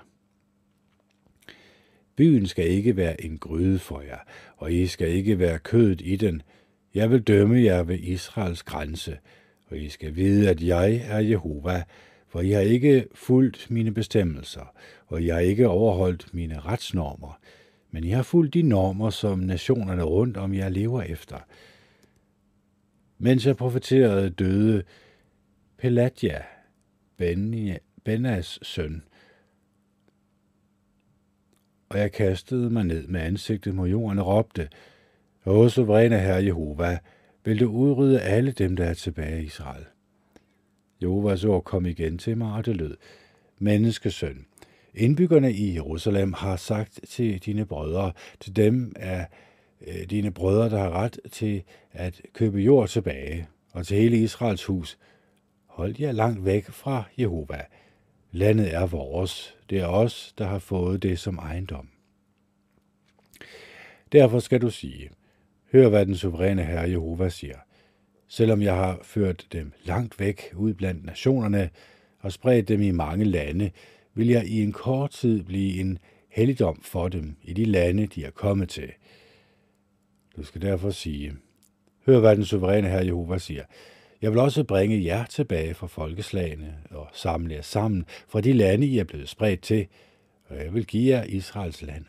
Byen skal ikke være en gryde for jer, og I skal ikke være kødet i den. Jeg vil dømme jer ved Israels grænse, og I skal vide, at jeg er Jehova, for I har ikke fulgt mine bestemmelser, og I har ikke overholdt mine retsnormer, men I har fulgt de normer, som nationerne rundt om jer lever efter. Mens jeg profeterede, døde Peladja, Benas søn, og jeg kastede mig ned med ansigtet mod jorden og råbte: Åh, suveræne Herre Jehova, vil du udrydde alle dem, der er tilbage i Israel? Jehovas ord kom igen til mig, og det lød: menneskesøn, indbyggerne i Jerusalem har sagt til dine brødre, til dem af dine brødre, der har ret til at købe jord tilbage, og til hele Israels hus. Hold jer langt væk fra Jehova. Landet er vores. Det er os, der har fået det som ejendom. Derfor skal du sige, hør hvad den suveræne Herre Jehova siger. Selvom jeg har ført dem langt væk ud blandt nationerne og spredt dem i mange lande, vil jeg i en kort tid blive en helligdom for dem i de lande, de er kommet til. Du skal derfor sige, hør hvad den suveræne Herre Jehova siger. Jeg vil også bringe jer tilbage fra folkeslagene og samle jer sammen fra de lande, I er blevet spredt til, og jeg vil give jer Israels land.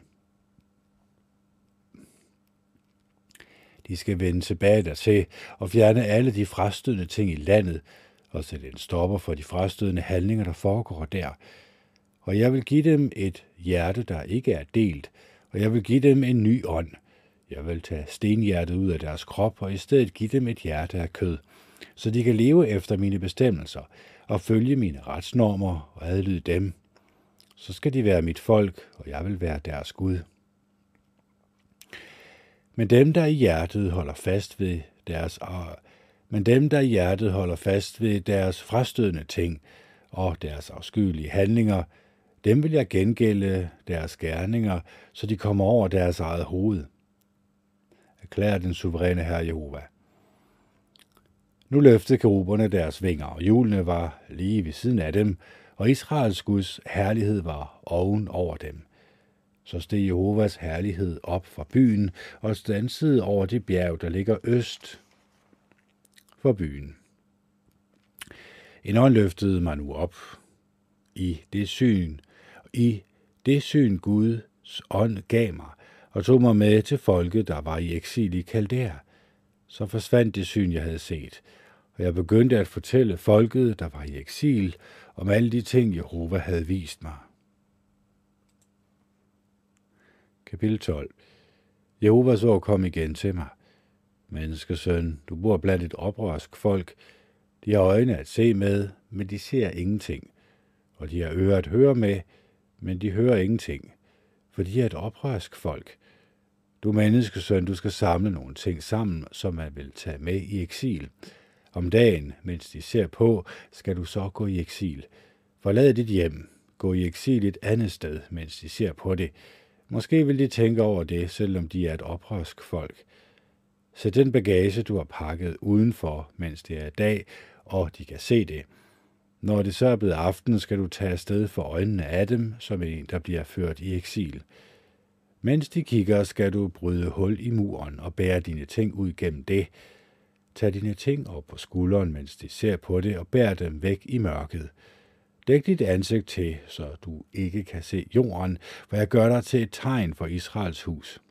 De skal vende tilbage dertil og fjerne alle de frastødende ting i landet, og sætte en stopper for de frastødende handlinger, der foregår der. Og jeg vil give dem et hjerte, der ikke er delt, og jeg vil give dem en ny ånd. Jeg vil tage stenhjertet ud af deres krop, og i stedet give dem et hjerte af kød, så de kan leve efter mine bestemmelser og følge mine retsnormer og adlyde dem. Så skal de være mit folk, og jeg vil være deres Gud. Men dem, der i hjertet holder fast ved deres frastødende ting og deres afskyelige handlinger, dem vil jeg gengælde deres gerninger, så de kommer over deres eget hoved. Erklærer den suveræne Herre Jehova. Nu løftede keruberne deres vinger, og hjulene var lige ved siden af dem, og Israels Guds herlighed var oven over dem. Så steg Jehovas herlighed op fra byen og standsede over det bjerg, der ligger øst for byen. En ånd løftede mig nu op i det syn Guds ånd gav mig, og tog mig med til folket, der var i eksil i Kaldæa. Så forsvandt det syn, jeg havde set, og jeg begyndte at fortælle folket, der var i eksil, om alle de ting, Jehova havde vist mig. Kapitel 12. Jehovas ord kom igen til mig. Menneskesøn, du bor blandt et oprørsk folk. De har øjne at se med, men de ser ingenting. Og de har ører at høre med, men de hører ingenting. For de er et oprørsk folk. Du menneskesøn, du skal samle nogle ting sammen, som man vil tage med i eksil. Om dagen, mens de ser på, skal du så gå i eksil. Forlad dit hjem. Gå i eksil et andet sted, mens de ser på det. Måske vil de tænke over det, selvom de er et oprørsk folk. Sæt den bagage, du har pakket udenfor, mens det er dag, og de kan se det. Når det så er blevet aften, skal du tage afsted for øjnene af dem, som en, der bliver ført i eksil. Mens de kigger, skal du bryde hul i muren og bære dine ting ud gennem det. Tag dine ting op på skulderen, mens de ser på det, og bær dem væk i mørket. Dæk dit ansigt til, så du ikke kan se jorden, for jeg gør dig til et tegn for Israels hus.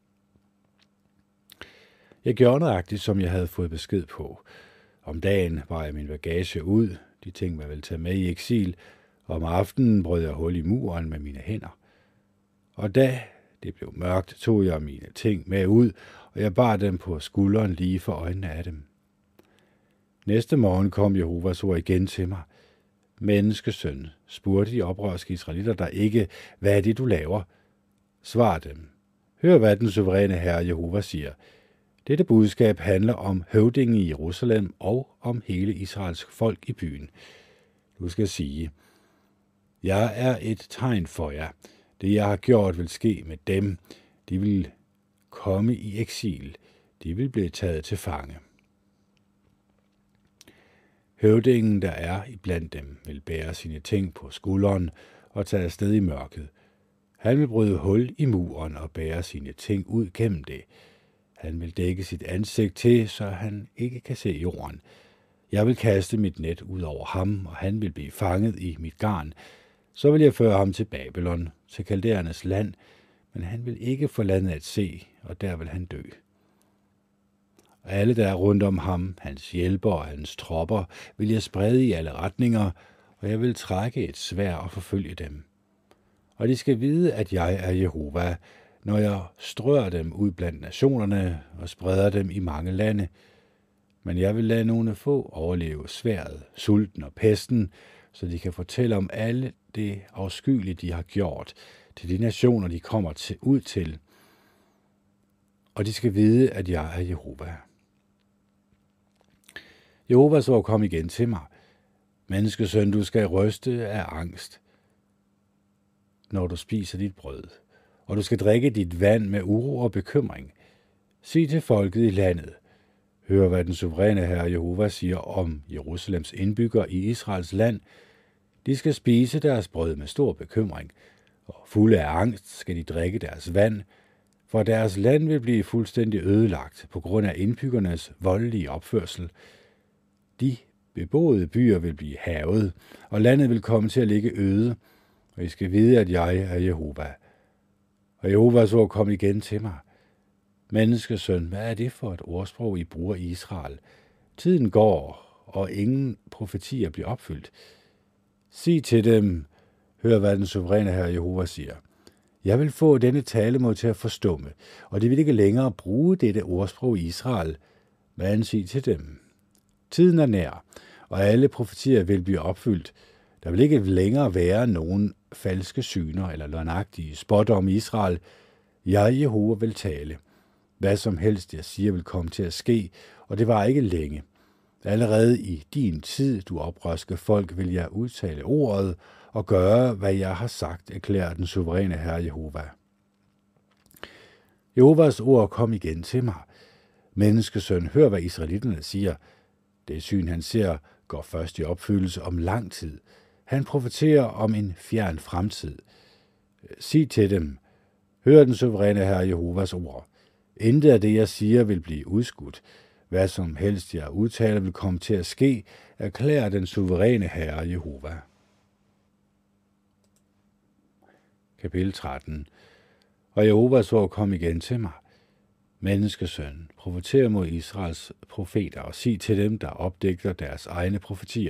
Jeg gjorde nøjagtigt, som jeg havde fået besked på. Om dagen bar jeg min bagage ud, de ting, man ville tage med i eksil, og om aftenen brød jeg hul i muren med mine hænder. Og da det blev mørkt, tog jeg mine ting med ud, og jeg bar dem på skulderen lige for øjnene af dem. Næste morgen kom Jehovas ord igen til mig. Menneskesøn, spurgte de oprørske israelitter der ikke, hvad er det, du laver? Svar dem. Hør, hvad den suveræne Herre Jehova siger. Dette budskab handler om høvdingen i Jerusalem og om hele Israels folk i byen. Du skal sige, jeg er et tegn for jer. Det, jeg har gjort, vil ske med dem. De vil komme i eksil. De vil blive taget til fange. Høvdingen, der er iblandt dem, vil bære sine ting på skulderen og tage afsted i mørket. Han vil bryde hul i muren og bære sine ting ud gennem det. Han vil dække sit ansigt til, så han ikke kan se jorden. Jeg vil kaste mit net ud over ham, og han vil blive fanget i mit garn. Så vil jeg føre ham til Babylon, til kaldæernes land, men han vil ikke få landet at se, og der vil han dø. Og alle, der er rundt om ham, hans hjælper og hans tropper, vil jeg sprede i alle retninger, og jeg vil trække et sværd og forfølge dem. Og de skal vide, at jeg er Jehova, når jeg strør dem ud blandt nationerne og spreder dem i mange lande. Men jeg vil lade nogle få overleve sværdet, sulten og pesten, så de kan fortælle om alle det afskyelige, de har gjort, til de nationer, de kommer ud til. og de skal vide, at jeg er Jehova. Jehovas ord kom igen til mig. Menneskesøn, du skal ryste af angst, når du spiser dit brød, og du skal drikke dit vand med uro og bekymring. Sig til folket i landet. Hør, hvad den suveræne Herre Jehova siger om Jerusalems indbyggere i Israels land. De skal spise deres brød med stor bekymring, og fulde af angst skal de drikke deres vand, for deres land vil blive fuldstændig ødelagt på grund af indbyggernes voldelige opførsel. De beboede byer vil blive hærget, og landet vil komme til at ligge øde, og I skal vide, at jeg er Jehova. Og Jehovas ord kom igen til mig. Menneskesøn, hvad er det for et ordsprog, I bruger i Israel? Tiden går, og ingen profetier bliver opfyldt. Sig til dem, hør hvad den suveræne Herre Jehova siger. Jeg vil få denne talemåde til at forstumme, og de vil ikke længere bruge dette ordsprog i Israel. Men sig til dem. Tiden er nær, og alle profetier vil blive opfyldt. Der vil ikke længere være nogen falske syner eller løgnagtige spådomme i Israel. Jeg, Jehova, vil tale. Hvad som helst, jeg siger, vil komme til at ske, og det var ikke længe. Allerede i din tid, du oprørske folk, vil jeg udtale ordet og gøre, hvad jeg har sagt, erklærer den suveræne Herre Jehova. Jehovas ord kom igen til mig. Menneskesøn, hør, hvad israelitterne siger. Det syn, han ser, går først i opfyldelse om lang tid. Han profeterer om en fjern fremtid. Sig til dem, hør den suveræne Herre Jehovas ord. Intet af det, jeg siger, vil blive udskudt. Hvad som helst, jeg udtaler, vil komme til at ske, erklærer den suveræne Herre Jehova. Kapitel 13. Og Jehovas ord kom igen til mig. Menneskesøn, profeter mod Israels profeter og sig til dem, der opdigter deres egne profetier.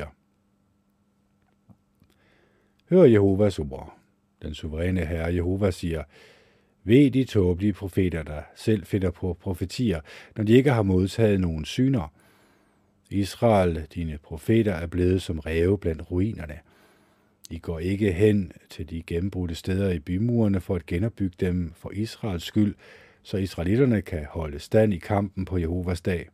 Hør Jehovas ord. Den suveræne Herre Jehova siger, ved de tåbelige profeter, der selv finder på profetier, når de ikke har modtaget nogen syner. Israel, dine profeter, er blevet som ræve blandt ruinerne. De går ikke hen til de gennembrudte steder i bymurene for at genopbygge dem for Israels skyld, så israelitterne kan holde stand i kampen på Jehovas dag.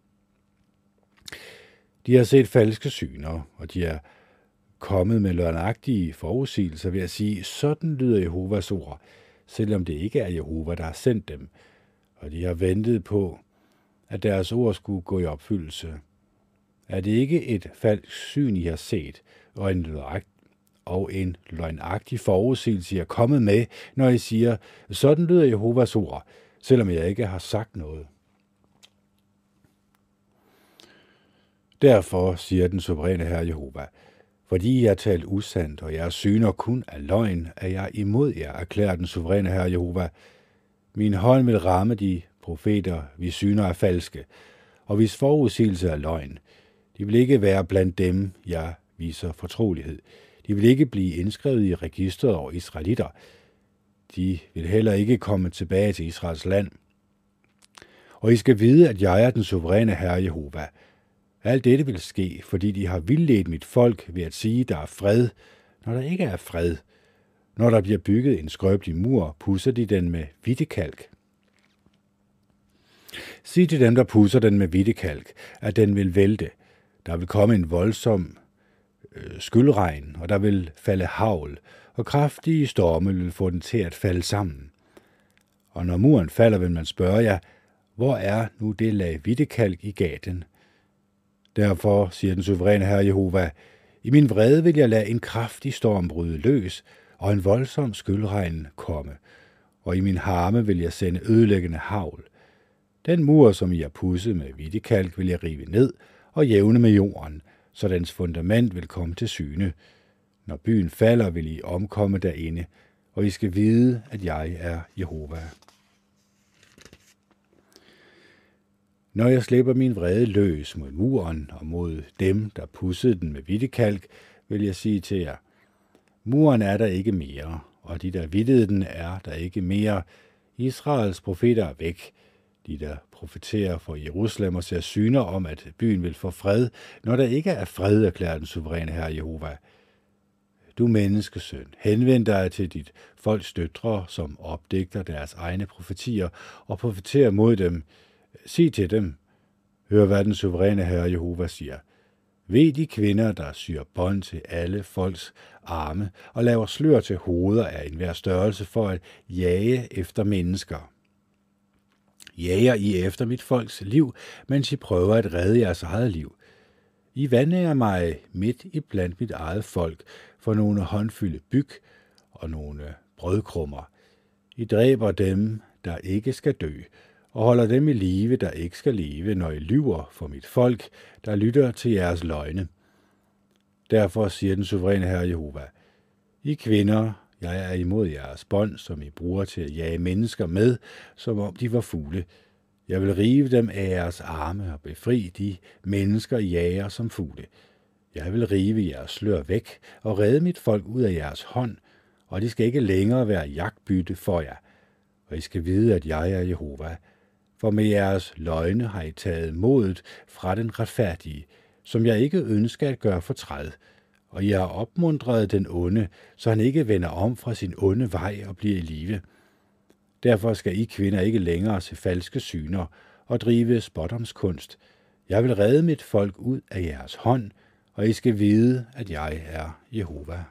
De har set falske syner, og de er kommet med løgnagtige forudsigelser ved at sige, sådan lyder Jehovas ord, selvom det ikke er Jehova, der har sendt dem, og de har ventet på, at deres ord skulle gå i opfyldelse. Er det ikke et falsk syn, I har set, og en løgnagtig forudsigelse, I er kommet med, når I siger, sådan lyder Jehovas ord, selvom jeg ikke har sagt noget? Derfor siger den suveræne Herre Jehova, fordi I har talt usandt, og jeres syner kun er løgn, er jeg imod jer, erklærer den suveræne Herre Jehova. Min hånd vil ramme de profeter, hvis syner er falske, og hvis forudsigelse er løgn. De vil ikke være blandt dem, jeg viser fortrolighed. De vil ikke blive indskrevet i registret over israelitter. De vil heller ikke komme tilbage til Israels land. Og I skal vide, at jeg er den suveræne Herre Jehova. Alt dette vil ske, fordi de har vildledt mit folk ved at sige, der er fred, når der ikke er fred. Når der bliver bygget en skrøbelig mur, pudser de den med hvidtekalk. Sig til dem, der pudser den med hvidtekalk, at den vil vælte. Der vil komme en voldsom skyldregn, og der vil falde hagl, og kraftige storme vil få den til at falde sammen. Og når muren falder, vil man spørge jer, hvor er nu det lag hvidtekalk, I gav den? Derfor, siger den suveræne Herre Jehova, i min vrede vil jeg lade en kraftig storm bryde løs, og en voldsom skyldregn komme, og i min harme vil jeg sende ødelæggende hagl. Den mur, som I har pudset med hvidtekalk, vil jeg rive ned og jævne med jorden, så dens fundament vil komme til syne. Når byen falder, vil I omkomme derinde, og I skal vide, at jeg er Jehova. Når jeg slipper min vrede løs mod muren og mod dem, der pudsede den med hvidtekalk, vil jeg sige til jer, muren er der ikke mere, og de, der vittede den, er der ikke mere. Israels profeter er væk. De, der profeterer for Jerusalem og ser syner om, at byen vil få fred, når der ikke er fred, erklærer den suveræne Herre Jehova. du menneskesøn, henvend dig til dit folks døtre, som opdigter deres egne profetier og profeterer mod dem. Sig til dem, hør hvad den suveræne Herre Jehova siger. Ved de kvinder, der syr bånd til alle folks arme og laver slør til hoveder af enhver størrelse for at jage efter mennesker. Jager I efter mit folks liv, mens I prøver at redde jeres eget liv. I vandærer mig midt i blandt mit eget folk for nogle håndfylde byg og nogle brødkrummer. I dræber dem, der ikke skal dø, og holder dem i live, der ikke skal leve, når I lyver for mit folk, der lytter til jeres løgne. Derfor siger den suveræne Herre Jehova, I kvinder, jeg er imod jeres bånd, som I bruger til at jage mennesker med, som om de var fugle. Jeg vil rive dem af jeres arme og befri de mennesker, I jager som fugle. Jeg vil rive jeres slør væk og redde mit folk ud af jeres hånd, og de skal ikke længere være jagtbytte for jer. Og I skal vide, at jeg er Jehova. For med jeres løgne har I taget modet fra den retfærdige, som jeg ikke ønsker at gøre fortræd. Og I har opmuntret den onde, så han ikke vender om fra sin onde vej og bliver i live. Derfor skal I kvinder ikke længere se falske syner og drive spådomskunst. Jeg vil redde mit folk ud af jeres hånd, og I skal vide, at jeg er Jehova.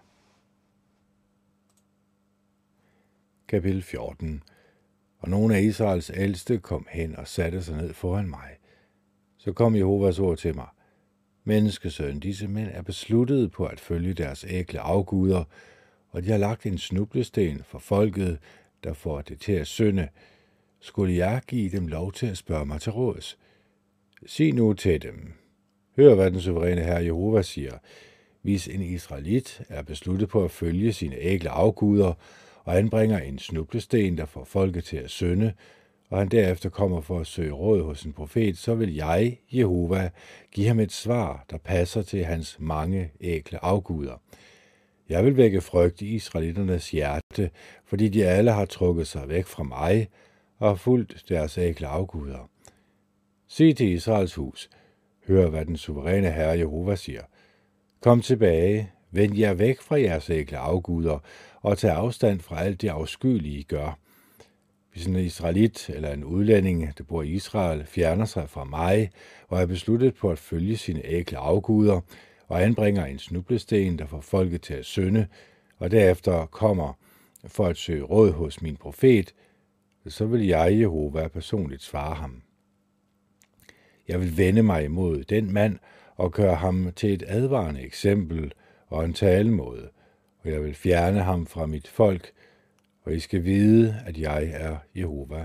Kapitel 14. Og nogle af Israels ældste kom hen og satte sig ned foran mig. Så kom Jehovas ord til mig. Menneskesøn, disse mænd er besluttet på at følge deres ækle afguder, og de har lagt en snublesten for folket, der får det til at synde. Skulle jeg give dem lov til at spørge mig til råds? Sig nu til dem. Hør, hvad den suveræne Herre Jehova siger. Hvis en israelit er besluttet på at følge sine ækle afguder, og anbringer en snublesten, der får folket til at synde, og han derefter kommer for at søge råd hos en profet, så vil jeg, Jehova, give ham et svar, der passer til hans mange ækle afguder. Jeg vil vække frygt i israelitternes hjerte, fordi de alle har trukket sig væk fra mig og har fulgt deres ækle afguder. Sig til Israels hus, hør hvad den suveræne Herre Jehova siger. Kom tilbage, vend jer væk fra jeres ækle afguder, og tag afstand fra alt det afskyelige, I gør. Hvis en israelit eller en udlænding, der bor i Israel, fjerner sig fra mig og er besluttet på at følge sine ækle afguder og anbringer en snublesten, der får folket til at synde, og derefter kommer for at søge råd hos min profet, så vil jeg, Jehova, personligt svare ham. Jeg vil vende mig imod den mand og gøre ham til et advarende eksempel og en talemåde, og jeg vil fjerne ham fra mit folk, og I skal vide, at jeg er Jehova.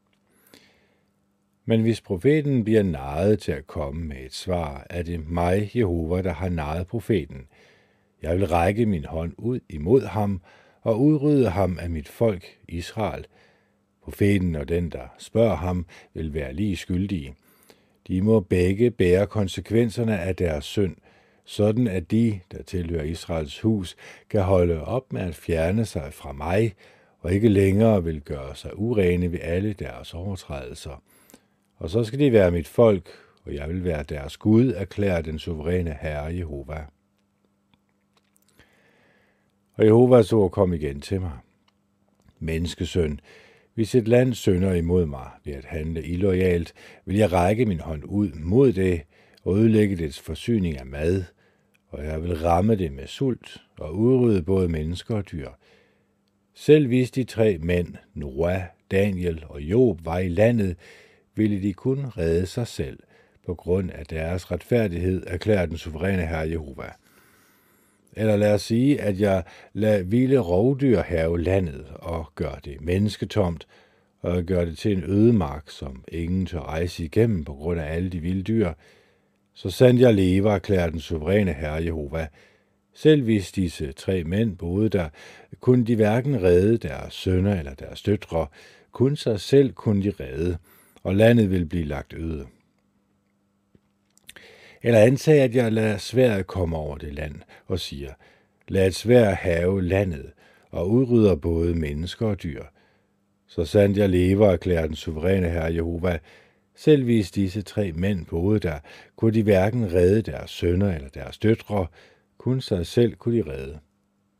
Men hvis profeten bliver narret til at komme med et svar, er det mig, Jehova, der har narret profeten. Jeg vil række min hånd ud imod ham og udrydde ham af mit folk, Israel. Profeten og den, der spørger ham, vil være lige skyldige. De må begge bære konsekvenserne af deres synd, sådan at de, der tilhører Israels hus, kan holde op med at fjerne sig fra mig, og ikke længere vil gøre sig urene ved alle deres overtrædelser. Og så skal de være mit folk, og jeg vil være deres Gud, erklærer den suveræne Herre Jehova. Og Jehovas ord kom igen til mig. Menneskesøn, hvis et land synder imod mig ved at handle illoyalt, vil jeg række min hånd ud mod det og ødelægge dets forsyning af mad, og jeg vil ramme det med sult og udrydde både mennesker og dyr. Selv hvis de 3 mænd, Noah, Daniel og Job, var i landet, ville de kun redde sig selv på grund af deres retfærdighed, erklærer den suveræne Herre Jehova. Eller lad os sige, at jeg lader vilde rovdyr hærge landet og gør det mennesketomt, og gør det til en ødemark, som ingen tør rejse igennem på grund af alle de vilde dyr. Så sandt jeg lever, erklærer den suveræne Herre Jehova. Selv hvis disse 3 mænd boede der, kunne de hverken redde deres sønner eller deres døtre, kun sig selv kunne de redde, og landet ville blive lagt øde. Eller antag, at jeg lader sværdet komme over det land og siger, lad et sværd have landet og udrydder både mennesker og dyr. Så sandt jeg lever, erklærer den suveræne Herre Jehova. Selv hvis disse 3 mænd boede der, kunne de hverken redde deres sønner eller deres døtre, kun sig selv kunne de redde.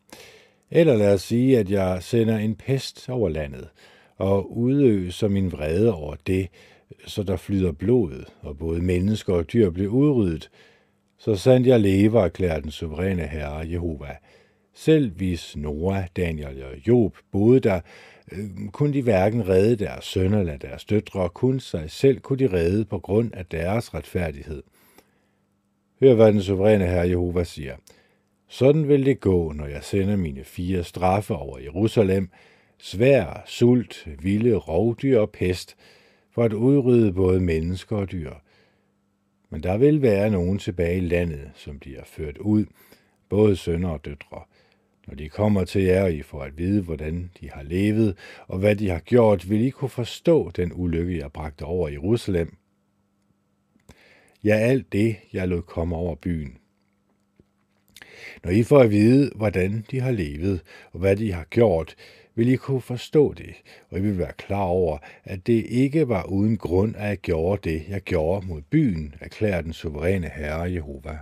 Eller lad os sige, at jeg sender en pest over landet, og udøser min vrede over det, så der flyder blodet, og både mennesker og dyr bliver udryddet. Så sandt jeg lever, erklærer den suveræne Herre Jehova. Selv hvis Noah, Daniel og Job boede der, kunne de hverken redde deres sønner eller deres døtre, kun sig selv kunne de redde på grund af deres retfærdighed. Hør, hvad den suveræne Herre Jehova siger. Sådan vil det gå, når jeg sender mine 4 straffe over Jerusalem, svær, sult, vilde rovdyr og pest, for at udrydde både mennesker og dyr. Men der vil være nogen tilbage i landet, som bliver ført ud, både sønner og døtre. Når de kommer til jer, og I får at vide, hvordan de har levet, og hvad de har gjort, vil I kunne forstå den ulykke, jeg bragte over Jerusalem. Ja, alt det, jeg lod komme over byen. Når I får at vide, hvordan de har levet, og hvad de har gjort, vil I kunne forstå det, og I vil være klar over, at det ikke var uden grund, at jeg gjorde det, jeg gjorde mod byen, erklærer den suveræne Herre Jehova.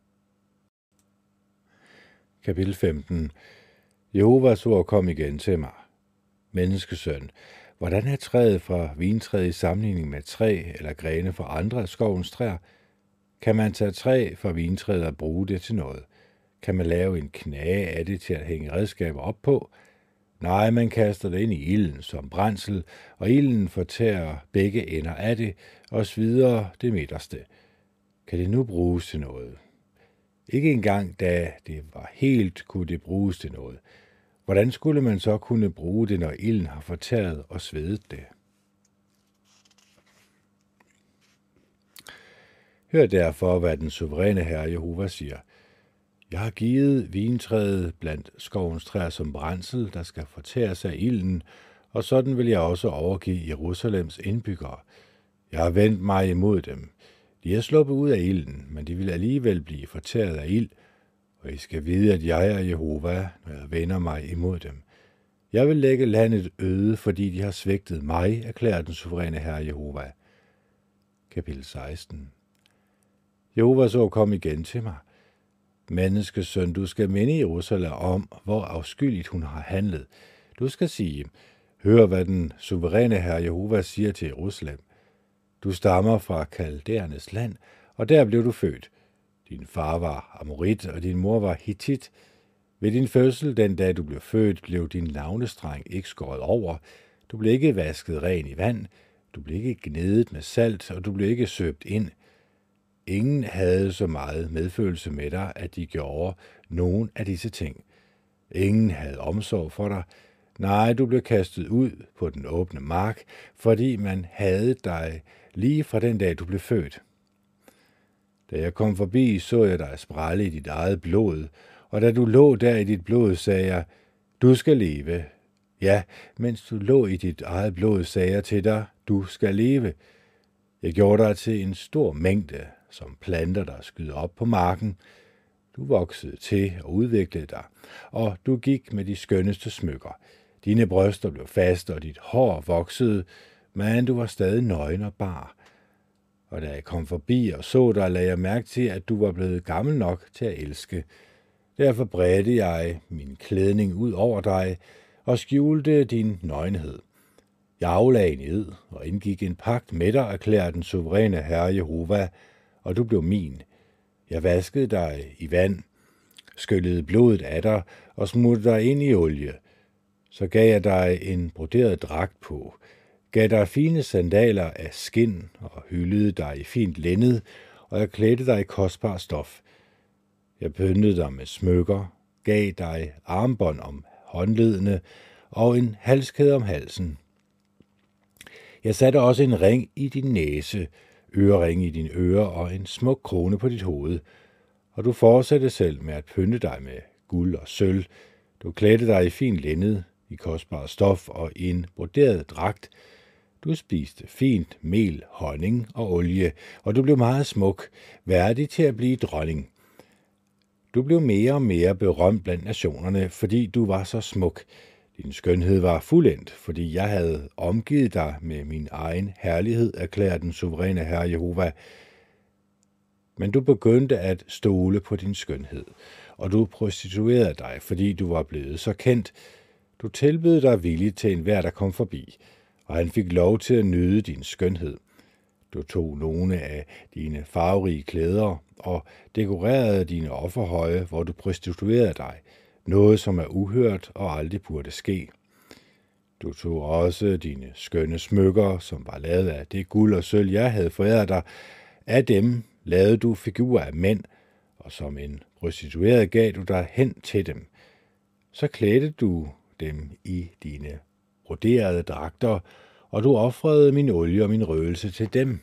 Kapitel 15. Jehovas ord kom igen til mig. Menneskesøn, hvordan er træet fra vintræet i sammenligning med træ eller grene fra andre af skovens træer? Kan man tage træ fra vintræet og bruge det til noget? Kan man lave en knage af det til at hænge redskaber op på? Nej, man kaster det ind i ilden som brændsel, og ilden fortærer begge ender af det, og svider det midterste. Kan det nu bruges til noget? Ikke engang da det var helt, kunne det bruges til noget. Hvordan skulle man så kunne bruge det, når ilden har fortæret og svedet det? Hør derfor, hvad den suveræne Herre Jehova siger. Jeg har givet vintræet blandt skovens træer som brændsel, der skal fortæres af ilden, og sådan vil jeg også overgive Jerusalems indbyggere. Jeg har vendt mig imod dem. De er sluppet ud af ilden, men de vil alligevel blive fortæret af ild, og I skal vide, at jeg er Jehova, når jeg vender mig imod dem. Jeg vil lægge landet øde, fordi de har svigtet mig, erklærer den suveræne Herre Jehova. Kapitel 16. Jehovas ord kom igen til mig. Menneskesøn, du skal minde Jerusalem om, hvor afskyeligt hun har handlet. Du skal sige, hør hvad den suveræne Herre Jehova siger til Jerusalem. Du stammer fra Kaldæernes land, og der blev du født. Din far var amorit, og din mor var hittit. Ved din fødsel, den dag du blev født, blev din navnestreng ikke skåret over. Du blev ikke vasket ren i vand. Du blev ikke gnedet med salt, og du blev ikke søbt ind. Ingen havde så meget medfølelse med dig, at de gjorde nogen af disse ting. Ingen havde omsorg for dig. Nej, du blev kastet ud på den åbne mark, fordi man havde dig lige fra den dag, du blev født. Da jeg kom forbi, så jeg dig sprælle i dit eget blod, og da du lå der i dit blod, sagde jeg, du skal leve. Ja, mens du lå i dit eget blod, sagde jeg til dig, du skal leve. Jeg gjorde dig til en stor mængde, som planter, der skyder op på marken. Du voksede til og udviklede dig, og du gik med de skønneste smykker. Dine bryster blev faste, og dit hår voksede, men du var stadig nøgen og bar. Og da jeg kom forbi og så dig, lagde jeg mærke til, at du var blevet gammel nok til at elske. Derfor bredte jeg min klædning ud over dig og skjulte din nøgenhed. Jeg aflagde en ed og indgik en pagt med dig, erklærede den suveræne Herre Jehova, og du blev min. Jeg vaskede dig i vand, skyllede blodet af dig og smuttede dig ind i olie. Så gav jeg dig en broderet dragt på, gav dig fine sandaler af skind og hyldede dig i fint linned, og jeg klædte dig i kostbar stof. Jeg pyntede dig med smykker, gav dig armbånd om håndledene og en halskæde om halsen. Jeg satte også en ring i din næse, ørering i dine ører og en smuk krone på dit hoved. Og du fortsatte selv med at pynte dig med guld og sølv. Du klædte dig i fin linned, i kostbar stof og i en broderet dragt. Du spiste fint mel, honning og olie, og du blev meget smuk, værdig til at blive dronning. Du blev mere og mere berømt blandt nationerne, fordi du var så smuk. Din skønhed var fuldendt, fordi jeg havde omgivet dig med min egen herlighed, erklærer den suveræne Herre Jehova. Men du begyndte at stole på din skønhed, og du prostituerede dig, fordi du var blevet så kendt. Du tilbød dig villigt til enhver, der kom forbi, og han fik lov til at nyde din skønhed. Du tog nogle af dine farverige klæder og dekorerede dine offerhøje, hvor du prostituerede dig, noget som er uhørt og aldrig burde ske. Du tog også dine skønne smykker, som var lavet af det guld og sølv, jeg havde foræret dig. Af dem lavede du figurer af mænd, og som en prostitueret gav du dig hen til dem. Så klædte du dem i dine broderede dragter, og du ofrede min olie og min røgelse til dem.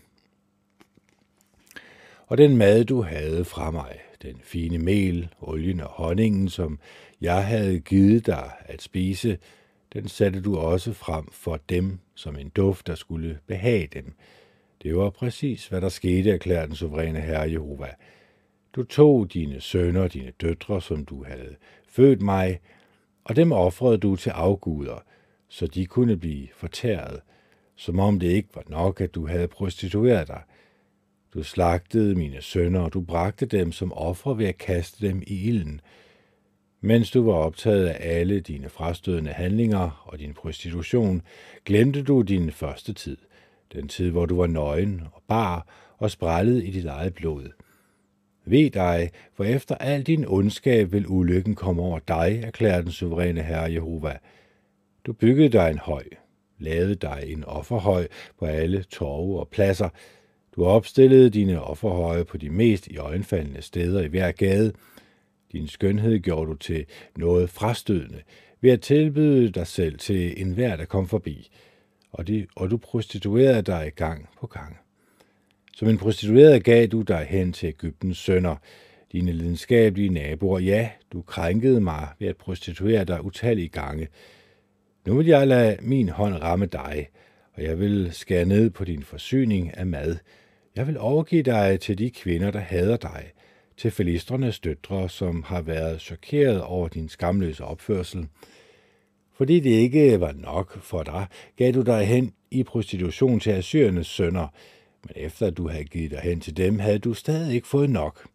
Og den mad, du havde fra mig, den fine mel, olien og honningen, som jeg havde givet dig at spise, den satte du også frem for dem som en duft, der skulle behage dem. Det var præcis, hvad der skete, erklærede den suveræne Herre Jehova. Du tog dine sønner og dine døtre, som du havde født mig, og dem ofrede du til afguder, så de kunne blive fortæret, som om det ikke var nok, at du havde prostitueret dig. Du slagtede mine sønner, og du bragte dem som ofre ved at kaste dem i ilden. Mens du var optaget af alle dine frastødende handlinger og din prostitution, glemte du din første tid, den tid, hvor du var nøgen og bar og sprællede i dit eget blod. Ved dig, for efter al din ondskab vil ulykken komme over dig, erklærede den suveræne Herre Jehova. Du byggede dig en høj, lavede dig en offerhøj på alle torve og pladser. Du opstillede dine offerhøje på de mest iøjnefaldende steder i hver gade. Din skønhed gjorde du til noget frastødende ved at tilbyde dig selv til enhver, der kom forbi, og du prostituerede dig gang på gang. Som en prostitueret gav du dig hen til Egyptens sønner, dine lidenskabelige naboer. Ja, du krænkede mig ved at prostituere dig utallige gange. Nu vil jeg lade min hånd ramme dig, og jeg vil skære ned på din forsyning af mad. Jeg vil overgive dig til de kvinder, der hader dig, til filistrenes døtre, som har været chokeret over din skamløse opførsel. Fordi det ikke var nok for dig, gav du dig hen i prostitution til assyrernes sønner, men efter at du havde givet dig hen til dem, havde du stadig ikke fået nok.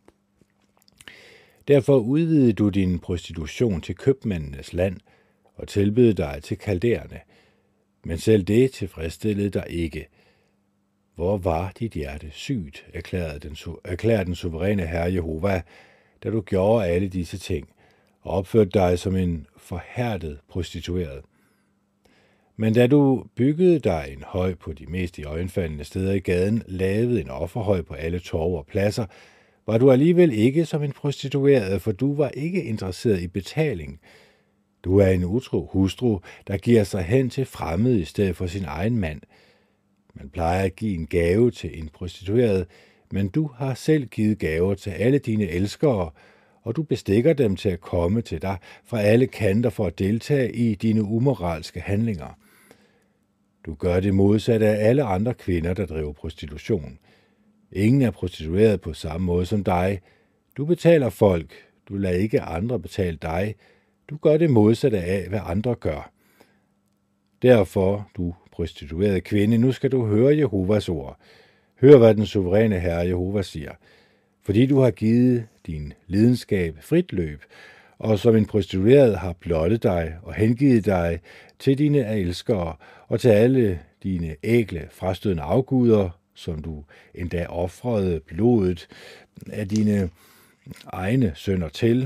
Derfor udvidede du din prostitution til købmændenes land og tilbød dig til kalderne, men selv det tilfredsstillede dig ikke. Hvor var dit hjerte sygt, erklærede den suveræne Herre Jehova, da du gjorde alle disse ting og opførte dig som en forhærdet prostitueret. Men da du byggede dig en høj på de mest iøjnefaldende steder i gaden, lavede en offerhøj på alle torve og pladser, var du alligevel ikke som en prostitueret, for du var ikke interesseret i betaling. Du er en utro hustru, der giver sig hen til fremmede i stedet for sin egen mand. Man plejer at give en gave til en prostitueret, men du har selv givet gaver til alle dine elskere, og du bestikker dem til at komme til dig fra alle kanter for at deltage i dine umoralske handlinger. Du gør det modsatte af alle andre kvinder, der driver prostitution. Ingen er prostitueret på samme måde som dig. Du betaler folk. Du lader ikke andre betale dig. Du gør det modsatte af, hvad andre gør. Derfor, du prostituerede kvinde, nu skal du høre Jehovas ord. Hør, hvad den suveræne Herre Jehova siger. Fordi du har givet din lidenskab frit løb, og som en prostitueret har blottet dig og hengivet dig til dine elskere og til alle dine ægle frastødende afguder, som du endda ofrede blodet af dine egne sønner til,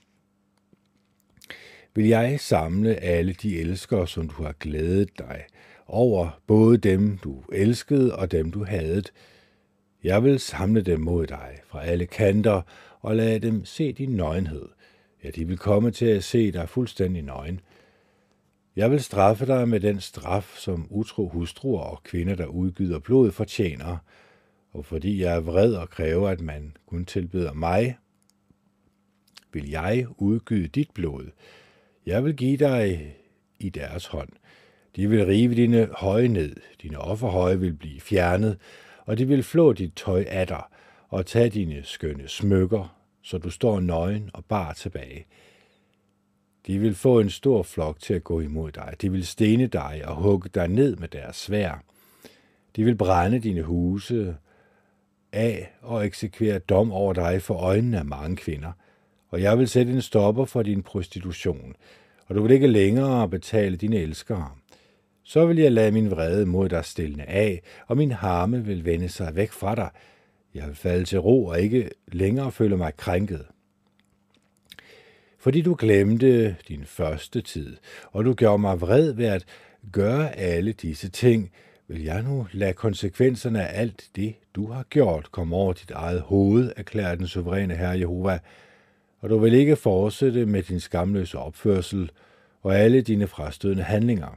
vil jeg samle alle de elskere, som du har glædet dig over, både dem, du elskede og dem, du hadede. Jeg vil samle dem mod dig fra alle kanter og lade dem se din nøgenhed. Ja, de vil komme til at se dig fuldstændig nøgen. Jeg vil straffe dig med den straf, som utro hustruer og kvinder, der udgyder blod, fortjener. Og fordi jeg er vred og kræver, at man kun tilbeder mig, vil jeg udgyde dit blod. Jeg vil give dig i deres hånd. De vil rive dine høje ned, dine offerhøje vil blive fjernet, og de vil flå dit tøj af dig og tage dine skønne smykker, så du står nøgen og bar tilbage. De vil få en stor flok til at gå imod dig. De vil stene dig og hugge dig ned med deres sværd. De vil brænde dine huse af og eksekvere dom over dig for øjnene af mange kvinder. og jeg vil sætte en stopper for din prostitution, og du vil ikke længere betale dine elskere. Så vil jeg lade min vrede mod dig stilne af, og min harme vil vende sig væk fra dig. Jeg vil falde til ro og ikke længere føle mig krænket. Fordi du glemte din første tid, og du gjorde mig vred ved at gøre alle disse ting, vil jeg nu lade konsekvenserne af alt det, du har gjort, komme over dit eget hoved, erklærer den suveræne Herre Jehova, og du vil ikke fortsætte med din skamløse opførsel og alle dine frastødende handlinger.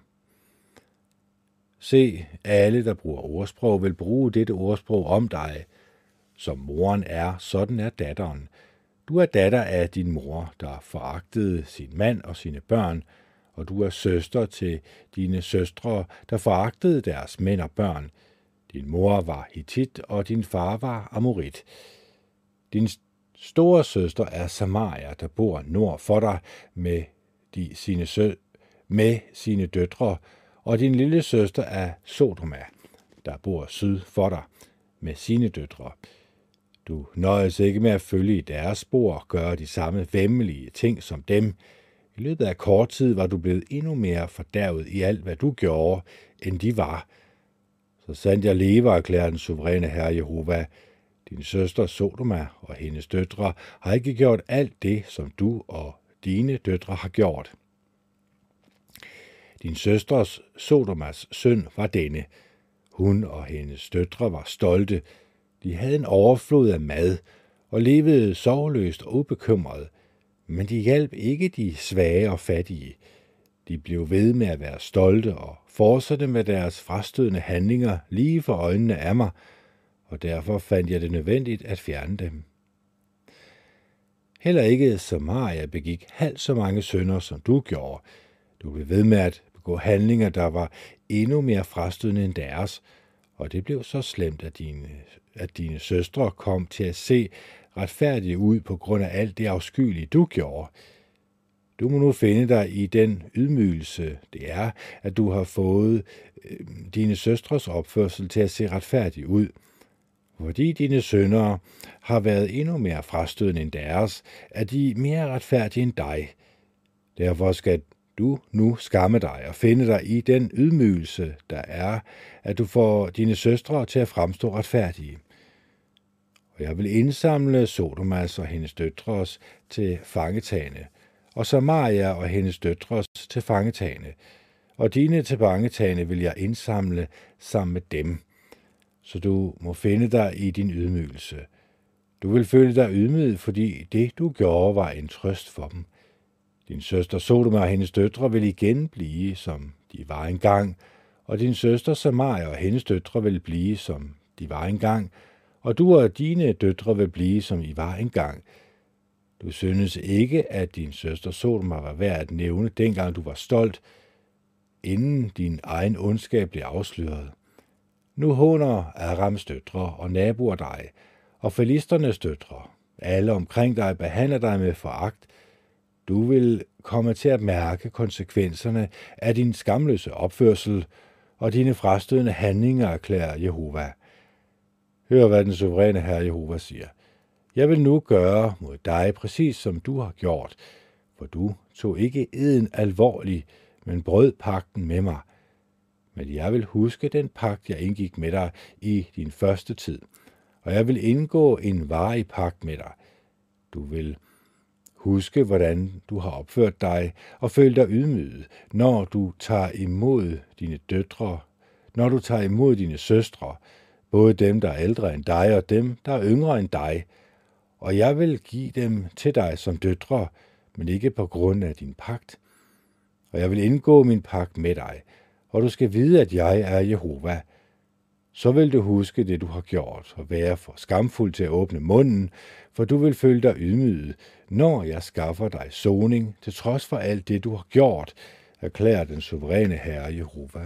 Se, alle, der bruger ordsprog, vil bruge dette ordsprog om dig. Som moren er, sådan er datteren. Du er datter af din mor, der foragtede sin mand og sine børn, og du er søster til dine søstre, der foragtede deres mænd og børn. Din mor var Hittit, og din far var Amorit. Din store søster er Samaria, der bor nord for dig med sine døtre, og din lille søster er Sodoma, der bor syd for dig med sine døtre. Du nøjes ikke med at følge i deres spor og gøre de samme væmmelige ting som dem. I løbet af kort tid var du blevet endnu mere fordærvet i alt, hvad du gjorde, end de var. Så sandt jeg lever, erklærer den suveræne Herre Jehova. Din søster Sodoma og hendes døtre har ikke gjort alt det, som du og dine døtre har gjort. Din søsters Sodomas synd var denne. Hun og hendes døtre var stolte. De havde en overflod af mad og levede sorgløst og ubekymret, men de hjalp ikke de svage og fattige. De blev ved med at være stolte og fortsatte med deres frastødende handlinger lige for øjnene af mig, og derfor fandt jeg det nødvendigt at fjerne dem. Heller ikke Samaria begik halvt så mange synder, som du gjorde. Du blev ved med at begå handlinger, der var endnu mere frastødende end deres, og det blev så slemt, at dine søstre kom til at se retfærdige ud på grund af alt det afskyelige, du gjorde. Du må nu finde dig i den ydmygelse, det er, at du har fået dine søstres opførsel til at se retfærdig ud. Fordi dine sønner har været endnu mere frastødende end deres, er de mere retfærdige end dig. Derfor skal du nu skamme dig og finde dig i den ydmygelse, der er, at du får dine søstre til at fremstå retfærdige. Og jeg vil indsamle Sodomas og hendes døtres til fangetagende, og Samaria og hendes døtres til fangetagende, og dine til fangetagende vil jeg indsamle sammen med dem, så du må finde dig i din ydmygelse. Du vil føle dig ydmyget, fordi det, du gjorde, var en trøst for dem. Din søster Sodoma og hendes døtre vil igen blive, som de var engang, og din søster Samaria og hendes døtre vil blive, som de var engang, og du og dine døtre vil blive, som I var engang. Du synes ikke, at din søster Sodoma var værd at nævne, dengang du var stolt, inden din egen ondskab blev afsløret. Nu håner Arams døtre og naboer dig, og filisternes døtre. Alle omkring dig behandler dig med foragt. Du vil komme til at mærke konsekvenserne af din skamløse opførsel og dine frastødende handlinger, erklærer Jehova. Hør, hvad den suveræne Herre Jehova siger. Jeg vil nu gøre mod dig præcis som du har gjort, for du tog ikke eden alvorlig, men brød pagten med mig. Men jeg vil huske den pagt, jeg indgik med dig i din første tid, og jeg vil indgå en varig pagt med dig. Du vil huske, hvordan du har opført dig, og føle dig ydmyget, når du tager imod dine søstre, både dem, der er ældre end dig, og dem, der er yngre end dig. Og jeg vil give dem til dig som døtre, men ikke på grund af din pagt. Og jeg vil indgå min pagt med dig, og du skal vide, at jeg er Jehova. Så vil du huske det, du har gjort, og være for skamfuld til at åbne munden, for du vil føle dig ydmyget, når jeg skaffer dig soning, til trods for alt det, du har gjort, erklærer den suveræne Herre Jehova.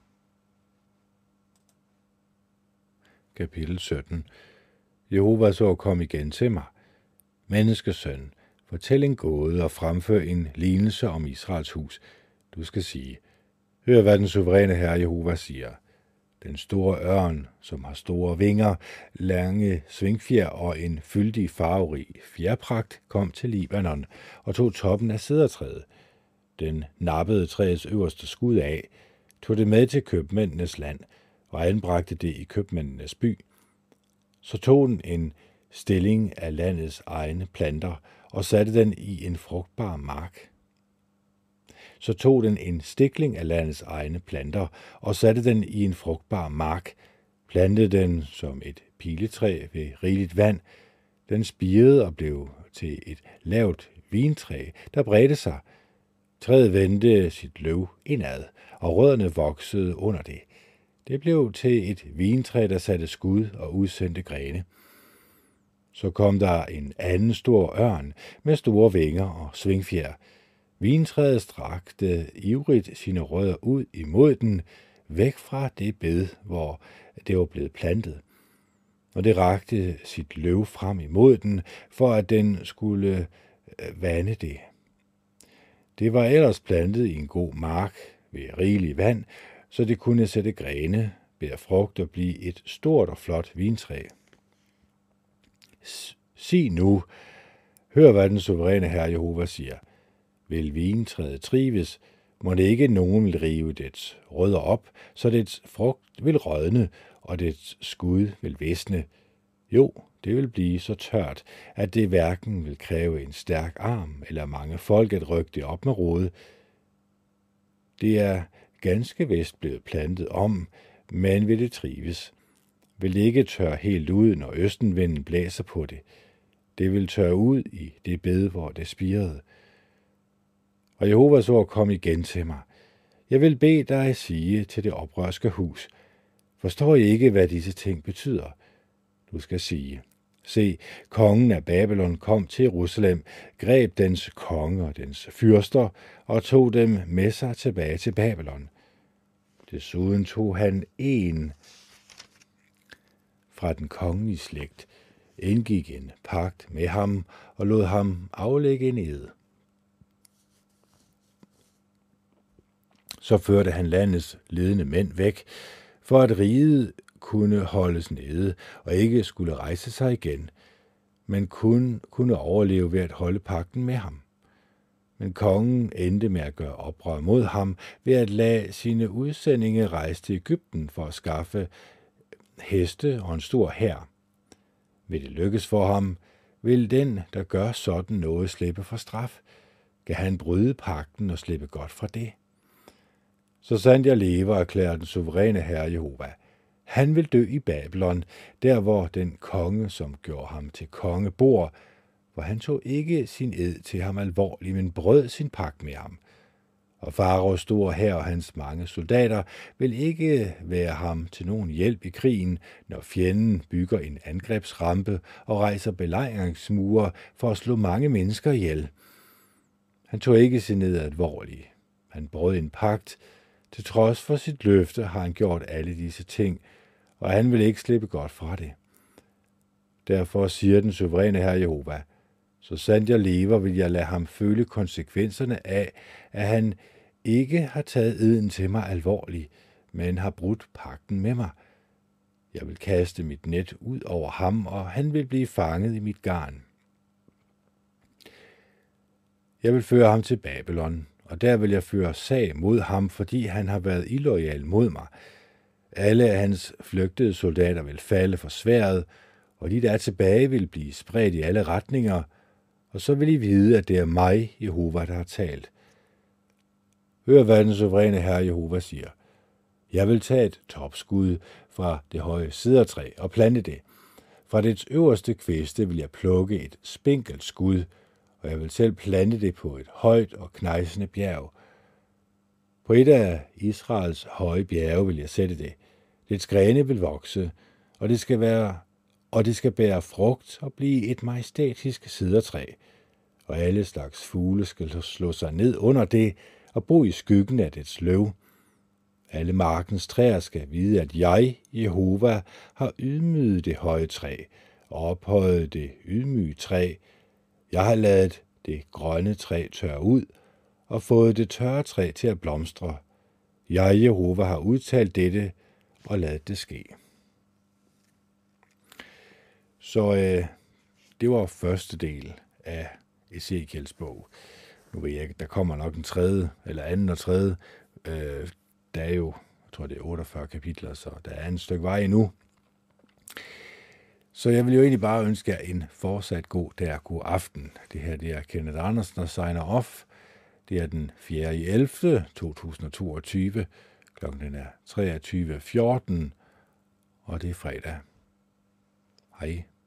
Kapitel 17. Jehova så kom igen til mig. Menneskesøn, fortæl en gåde og fremfør en lignelse om Israels hus. Du skal sige, hør hvad den suveræne Herre Jehova siger. Den store ørn, som har store vinger, lange svingfjer og en fyldig farverig fjerpragt, kom til Libanon og tog toppen af cedertræet. Den nappede træets øverste skud af, tog det med til købmændenes land og anbragte det i købmændenes by. Så tog den en stilling af landets egne planter og satte den i en frugtbar mark. Så tog den en stikling af landets egne planter og satte den i en frugtbar mark, plantede den som et piletræ ved rigeligt vand. Den spirede og blev til et lavt vintræ, der bredte sig. Træet vendte sit løv indad, og rødderne voksede under det. Det blev til et vintræ, der satte skud og udsendte grene. Så kom der en anden stor ørn med store vinger og svingfjer. Vintræet strakte ivrigt sine rødder ud imod den, væk fra det bed, hvor det var blevet plantet. Og det rakte sit løv frem imod den, for at den skulle vande det. Det var ellers plantet i en god mark ved rigelig vand, så det kunne sætte grene, bære frugt og blive et stort og flot vintræ. Sig nu, hør hvad den suveræne Herre Jehova siger. Vil vintræet trives, må det ikke nogen vil rive dets rødder op, så dets frugt vil rådne, og dets skud vil visne. Jo, det vil blive så tørt, at det hverken vil kræve en stærk arm eller mange folk at rykke det op med rode. Det er ganske vist blevet plantet om, men vil det trives. Vil det ikke tørre helt ud, når østenvinden blæser på det. Det vil tørre ud i det bed, hvor det spirede. Og Jehovas ord kom igen til mig. Jeg vil bede dig sige til det oprørske hus. Forstår I ikke, hvad disse ting betyder? Du skal sige. Se, kongen af Babylon kom til Jerusalem, greb dens konge og dens fyrster og tog dem med sig tilbage til Babylon. Desuden tog han en fra den kongelige slægt, indgik en pagt med ham og lod ham aflægge en ed. Så førte han landets ledende mænd væk, for at riget kunne holdes nede og ikke skulle rejse sig igen, men kun kunne overleve ved at holde pagten med ham. Men kongen endte med at gøre oprør mod ham ved at lade sine udsendinge rejse til Egypten for at skaffe heste og en stor hær. Vil det lykkes for ham, vil den, der gør sådan noget, slippe for straf. Kan han bryde pagten og slippe godt fra det? Så sandt jeg lever, erklærer den suveræne Herre Jehova. Han vil dø i Babylon, der hvor den konge, som gjorde ham til konge, bor, for han tog ikke sin ed til ham alvorligt, men brød sin pagt med ham. Og Faraos store hær og hans mange soldater vil ikke være ham til nogen hjælp i krigen, når fjenden bygger en angrebsrampe og rejser belejringsmure for at slå mange mennesker ihjel. Han tog ikke sin ed alvorligt. Han brød en pagt. Til trods for sit løfte har han gjort alle disse ting, og han vil ikke slippe godt fra det. Derfor siger den suveræne Herre Jehova, så sandt jeg lever, vil jeg lade ham føle konsekvenserne af, at han ikke har taget eden til mig alvorligt, men har brudt pagten med mig. Jeg vil kaste mit net ud over ham, og han vil blive fanget i mit garn. Jeg vil føre ham til Babylon, og der vil jeg føre sag mod ham, fordi han har været illoyal mod mig. Alle af hans flygtede soldater vil falde for sværdet, og de, der er tilbage, vil blive spredt i alle retninger, og så vil I vide, at det er mig, Jehova, der har talt. Hør, hvad den suveræne Herre Jehova siger. Jeg vil tage et topskud fra det høje cedertræ og plante det. Fra dets øverste kviste vil jeg plukke et spinkelt skud, og jeg vil selv plante det på et højt og knejsende bjerg. På et af Israels høje bjerge vil jeg sætte det. Dets grene vil vokse, og det skal bære frugt og blive et majestætisk cedertræ. Og alle slags fugle skal slå sig ned under det og bo i skyggen af dets løv. Alle markens træer skal vide, at jeg, Jehova, har ydmyget det høje træ og ophøjet det ydmyge træ. Jeg har ladet det grønne træ tørre ud og fået det tørre træ til at blomstre. Jeg, Jehova, har udtalt dette, og lad det ske. Så det var første del af Ezekiels bog. Nu ved jeg ikke, der kommer nok en tredje, eller anden og tredje. Der er jo, jeg tror det er 48 kapitler, så der er en stykke vej endnu. Så jeg vil jo egentlig bare ønske jer en fortsat god aften. Det her det er Kenneth Andersen, der signer off. Det er den 4.11.2022. Klokken er 23.14, og det er fredag. Hej.